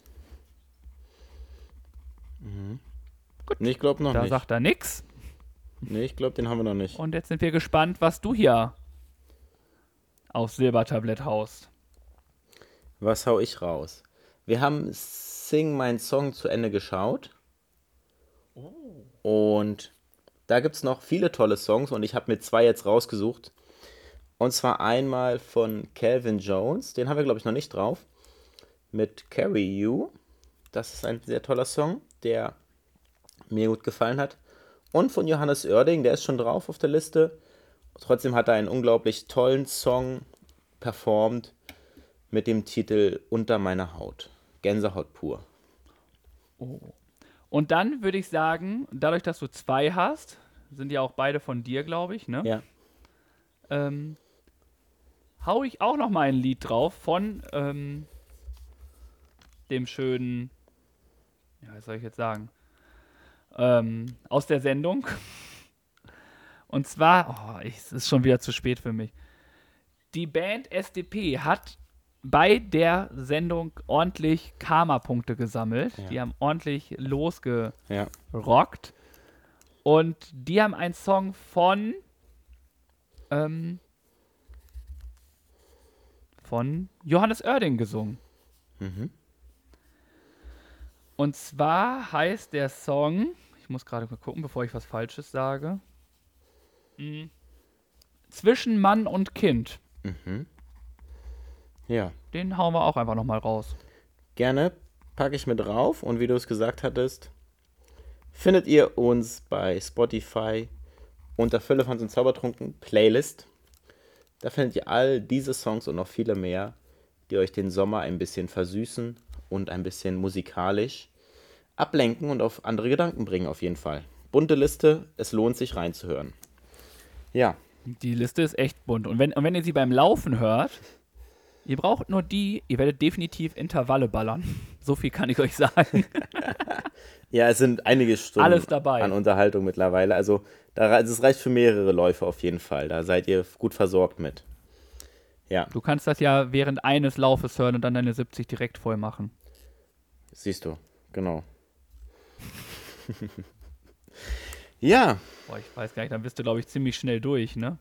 Nee, ich glaube noch Da nicht. sagt er nix. Nee, ich glaube, den haben wir noch nicht. Und jetzt sind wir gespannt, was du hier aufs Silbertablett haust. Was hau ich raus? Wir haben Sing Mein Song zu Ende geschaut. Und da gibt es noch viele tolle Songs und ich habe mir 2 jetzt rausgesucht. Und zwar einmal von Calvin Jones, den haben wir glaube ich noch nicht drauf, mit Carry You. Das ist ein sehr toller Song, der mir gut gefallen hat. Und von Johannes Oerding, der ist schon drauf auf der Liste. Trotzdem hat er einen unglaublich tollen Song performt mit dem Titel Unter meiner Haut. Gänsehaut pur. Und dann würde ich sagen, dadurch, dass du 2 hast, sind ja auch beide von dir, glaube ich, ne? Ja. Hau ich auch noch mal ein Lied drauf von dem schönen, ja, was soll ich jetzt sagen, aus der Sendung. Und zwar, es ist schon wieder zu spät für mich. Die Band SDP hat bei der Sendung ordentlich Karma-Punkte gesammelt. Ja. Die haben ordentlich losgerockt. Ja. Und die haben einen Song von Johannes Oerding gesungen. Und zwar heißt der Song, ich muss gerade mal gucken, bevor ich was Falsches sage, Zwischen Mann und Kind. Ja. Den hauen wir auch einfach nochmal raus. Gerne packe ich mit drauf und wie du es gesagt hattest, findet ihr uns bei Spotify unter Firlefanz und Zaubertrunken Playlist. Da findet ihr all diese Songs und noch viele mehr, die euch den Sommer ein bisschen versüßen und ein bisschen musikalisch ablenken und auf andere Gedanken bringen auf jeden Fall. Bunte Liste, es lohnt sich reinzuhören. Ja, Die Liste ist echt bunt. Und wenn ihr sie beim Laufen hört, ihr braucht nur ihr werdet definitiv Intervalle ballern. So viel kann ich euch sagen. ja, es sind einige Stunden Alles dabei. an Unterhaltung mittlerweile. Also es reicht für mehrere Läufe auf jeden Fall. Da seid ihr gut versorgt mit. Ja, Du kannst das ja während eines Laufes hören und dann deine 70 direkt voll machen. siehst du, genau. Ja, Boah, ich weiß gar nicht, dann bist du, glaube ich, ziemlich schnell durch, ne?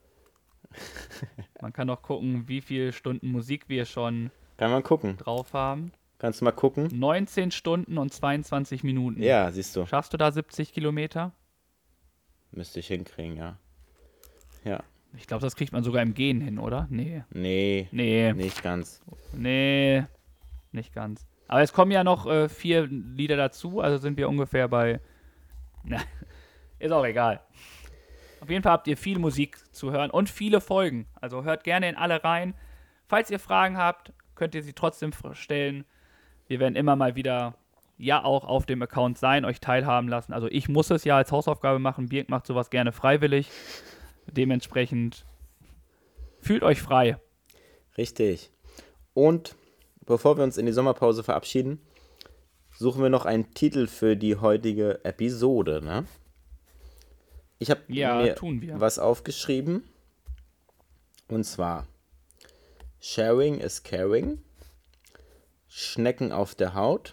Man kann doch gucken, wie viele Stunden Musik wir schon kann man gucken. drauf haben. Kannst du mal gucken? 19 Stunden und 22 Minuten. Ja, siehst du. Schaffst du da 70 Kilometer? Müsste ich hinkriegen, ja. Ja. Ich glaube, das kriegt man sogar im Gehen hin, oder? Nee. Nee, nicht ganz. Nee, nicht ganz. Aber es kommen ja noch 4 Lieder dazu, also sind wir ungefähr bei... Na, ist auch egal. Auf jeden Fall habt ihr viel Musik zu hören und viele Folgen. Also hört gerne in alle rein. Falls ihr Fragen habt, könnt ihr sie trotzdem stellen. Wir werden immer mal wieder auch auf dem Account sein, euch teilhaben lassen. Also ich muss es ja als Hausaufgabe machen. Birk macht sowas gerne freiwillig. Dementsprechend fühlt euch frei. Richtig. Und bevor wir uns in die Sommerpause verabschieden, suchen wir noch einen Titel für die heutige Episode, ne? Ich habe mir was aufgeschrieben. Und zwar Sharing is Caring, Schnecken auf der Haut,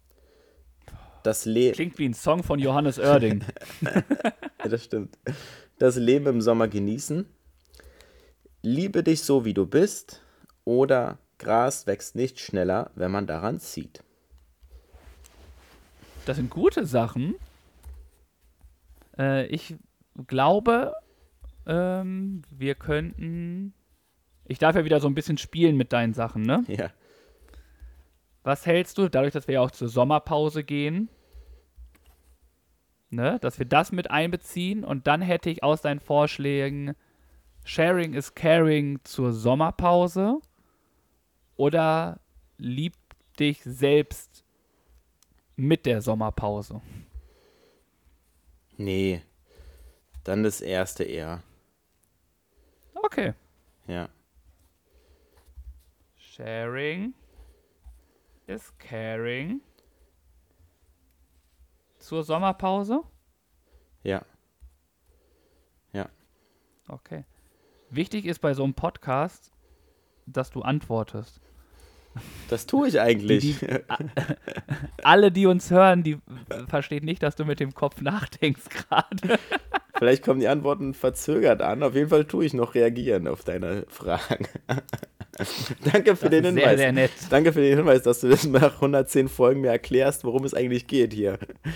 Klingt wie ein Song von Johannes Oerding. Ja, das stimmt. Das Leben im Sommer genießen, Liebe dich so, wie du bist oder Gras wächst nicht schneller, wenn man daran zieht. Das sind gute Sachen. Ich glaube, wir könnten... Ich darf ja wieder so ein bisschen spielen mit deinen Sachen, ne? Ja. Was hältst du, dadurch, dass wir ja auch zur Sommerpause gehen, ne, dass wir das mit einbeziehen und dann hätte ich aus deinen Vorschlägen Sharing is Caring zur Sommerpause oder Lieb dich selbst mit der Sommerpause? Nee, dann das erste eher. Okay. Ja. Sharing is Caring zur Sommerpause? Ja. Ja. Okay. Wichtig ist bei so einem Podcast, dass du antwortest. Das tue ich eigentlich. Alle, die uns hören, die verstehen nicht, dass du mit dem Kopf nachdenkst gerade. Vielleicht kommen die Antworten verzögert an. Auf jeden Fall tue ich noch reagieren auf deine Fragen. Danke für den Hinweis. Sehr, sehr nett. Danke für den Hinweis, dass du das nach 110 Folgen mir erklärst, worum es eigentlich geht hier.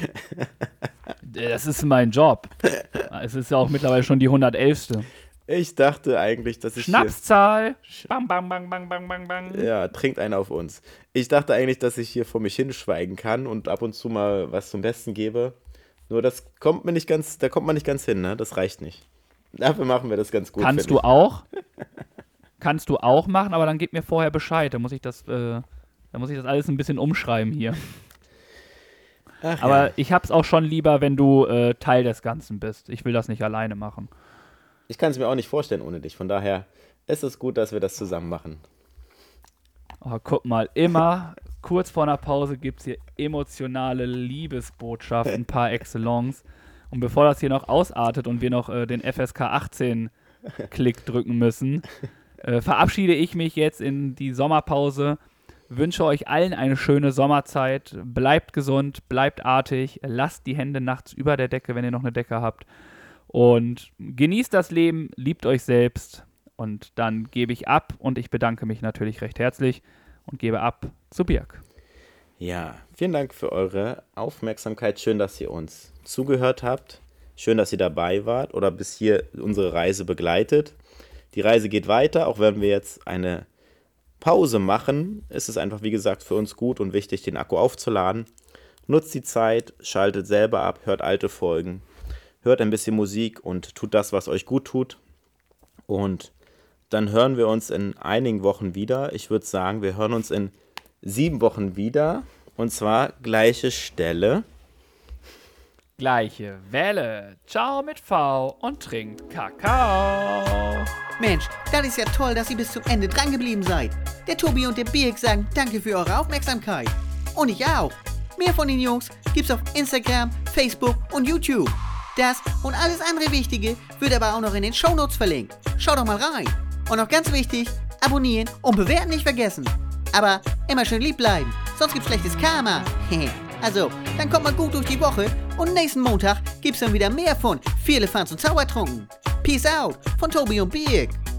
Das ist mein Job. Es ist ja auch mittlerweile schon die 111. Ich dachte eigentlich, dass ich Schnapszahl. Bang, bang, bang, bang, bang, bang, bang. Ja, trinkt einer auf uns. Ich dachte eigentlich, dass ich hier vor mich hinschweigen kann und ab und zu mal was zum Besten gebe. Nur das kommt man nicht ganz hin, ne? Das reicht nicht. Dafür machen wir das ganz gut. Kannst du auch? Kannst du auch machen, aber dann gib mir vorher Bescheid. Da muss ich das alles ein bisschen umschreiben hier. Ach, aber ja. ich hab's auch schon lieber, wenn du Teil des Ganzen bist. Ich will das nicht alleine machen. Ich kann es mir auch nicht vorstellen ohne dich. Von daher ist es gut, dass wir das zusammen machen. Oh, guck mal, immer kurz vor einer Pause gibt es hier emotionale Liebesbotschaften par excellence. Und bevor das hier noch ausartet und wir noch den FSK 18-Klick drücken müssen, verabschiede ich mich jetzt in die Sommerpause. Wünsche euch allen eine schöne Sommerzeit. Bleibt gesund, bleibt artig. Lasst die Hände nachts über der Decke, wenn ihr noch eine Decke habt. Und genießt das Leben, liebt euch selbst. Und dann gebe ich ab und ich bedanke mich natürlich recht herzlich und gebe ab zu Birk. Ja, vielen Dank für eure Aufmerksamkeit. Schön, dass ihr uns zugehört habt. Schön, dass ihr dabei wart oder bis hier unsere Reise begleitet. Die Reise geht weiter, auch wenn wir jetzt eine Pause machen, ist es einfach, wie gesagt, für uns gut und wichtig, den Akku aufzuladen. Nutzt die Zeit, schaltet selber ab, hört alte Folgen, hört ein bisschen Musik und tut das, was euch gut tut. Und dann hören wir uns in einigen Wochen wieder. Ich würde sagen, wir hören uns in 7 Wochen wieder. Und zwar gleiche Stelle. Gleiche Welle. Ciao mit V und trinkt Kakao. Mensch, das ist ja toll, dass ihr bis zum Ende dran geblieben seid. Der Tobi und der Birk sagen danke für eure Aufmerksamkeit. Und ich auch. Mehr von den Jungs gibt's auf Instagram, Facebook und YouTube. Das und alles andere Wichtige wird aber auch noch in den Shownotes verlinkt. Schaut doch mal rein. Und noch ganz wichtig, abonnieren und bewerten nicht vergessen. Aber immer schön lieb bleiben, sonst gibt's schlechtes Karma. Also, dann kommt mal gut durch die Woche und nächsten Montag gibt's dann wieder mehr von Vierlefanz und Zaubertrunken. Peace out von Tobi und Birk.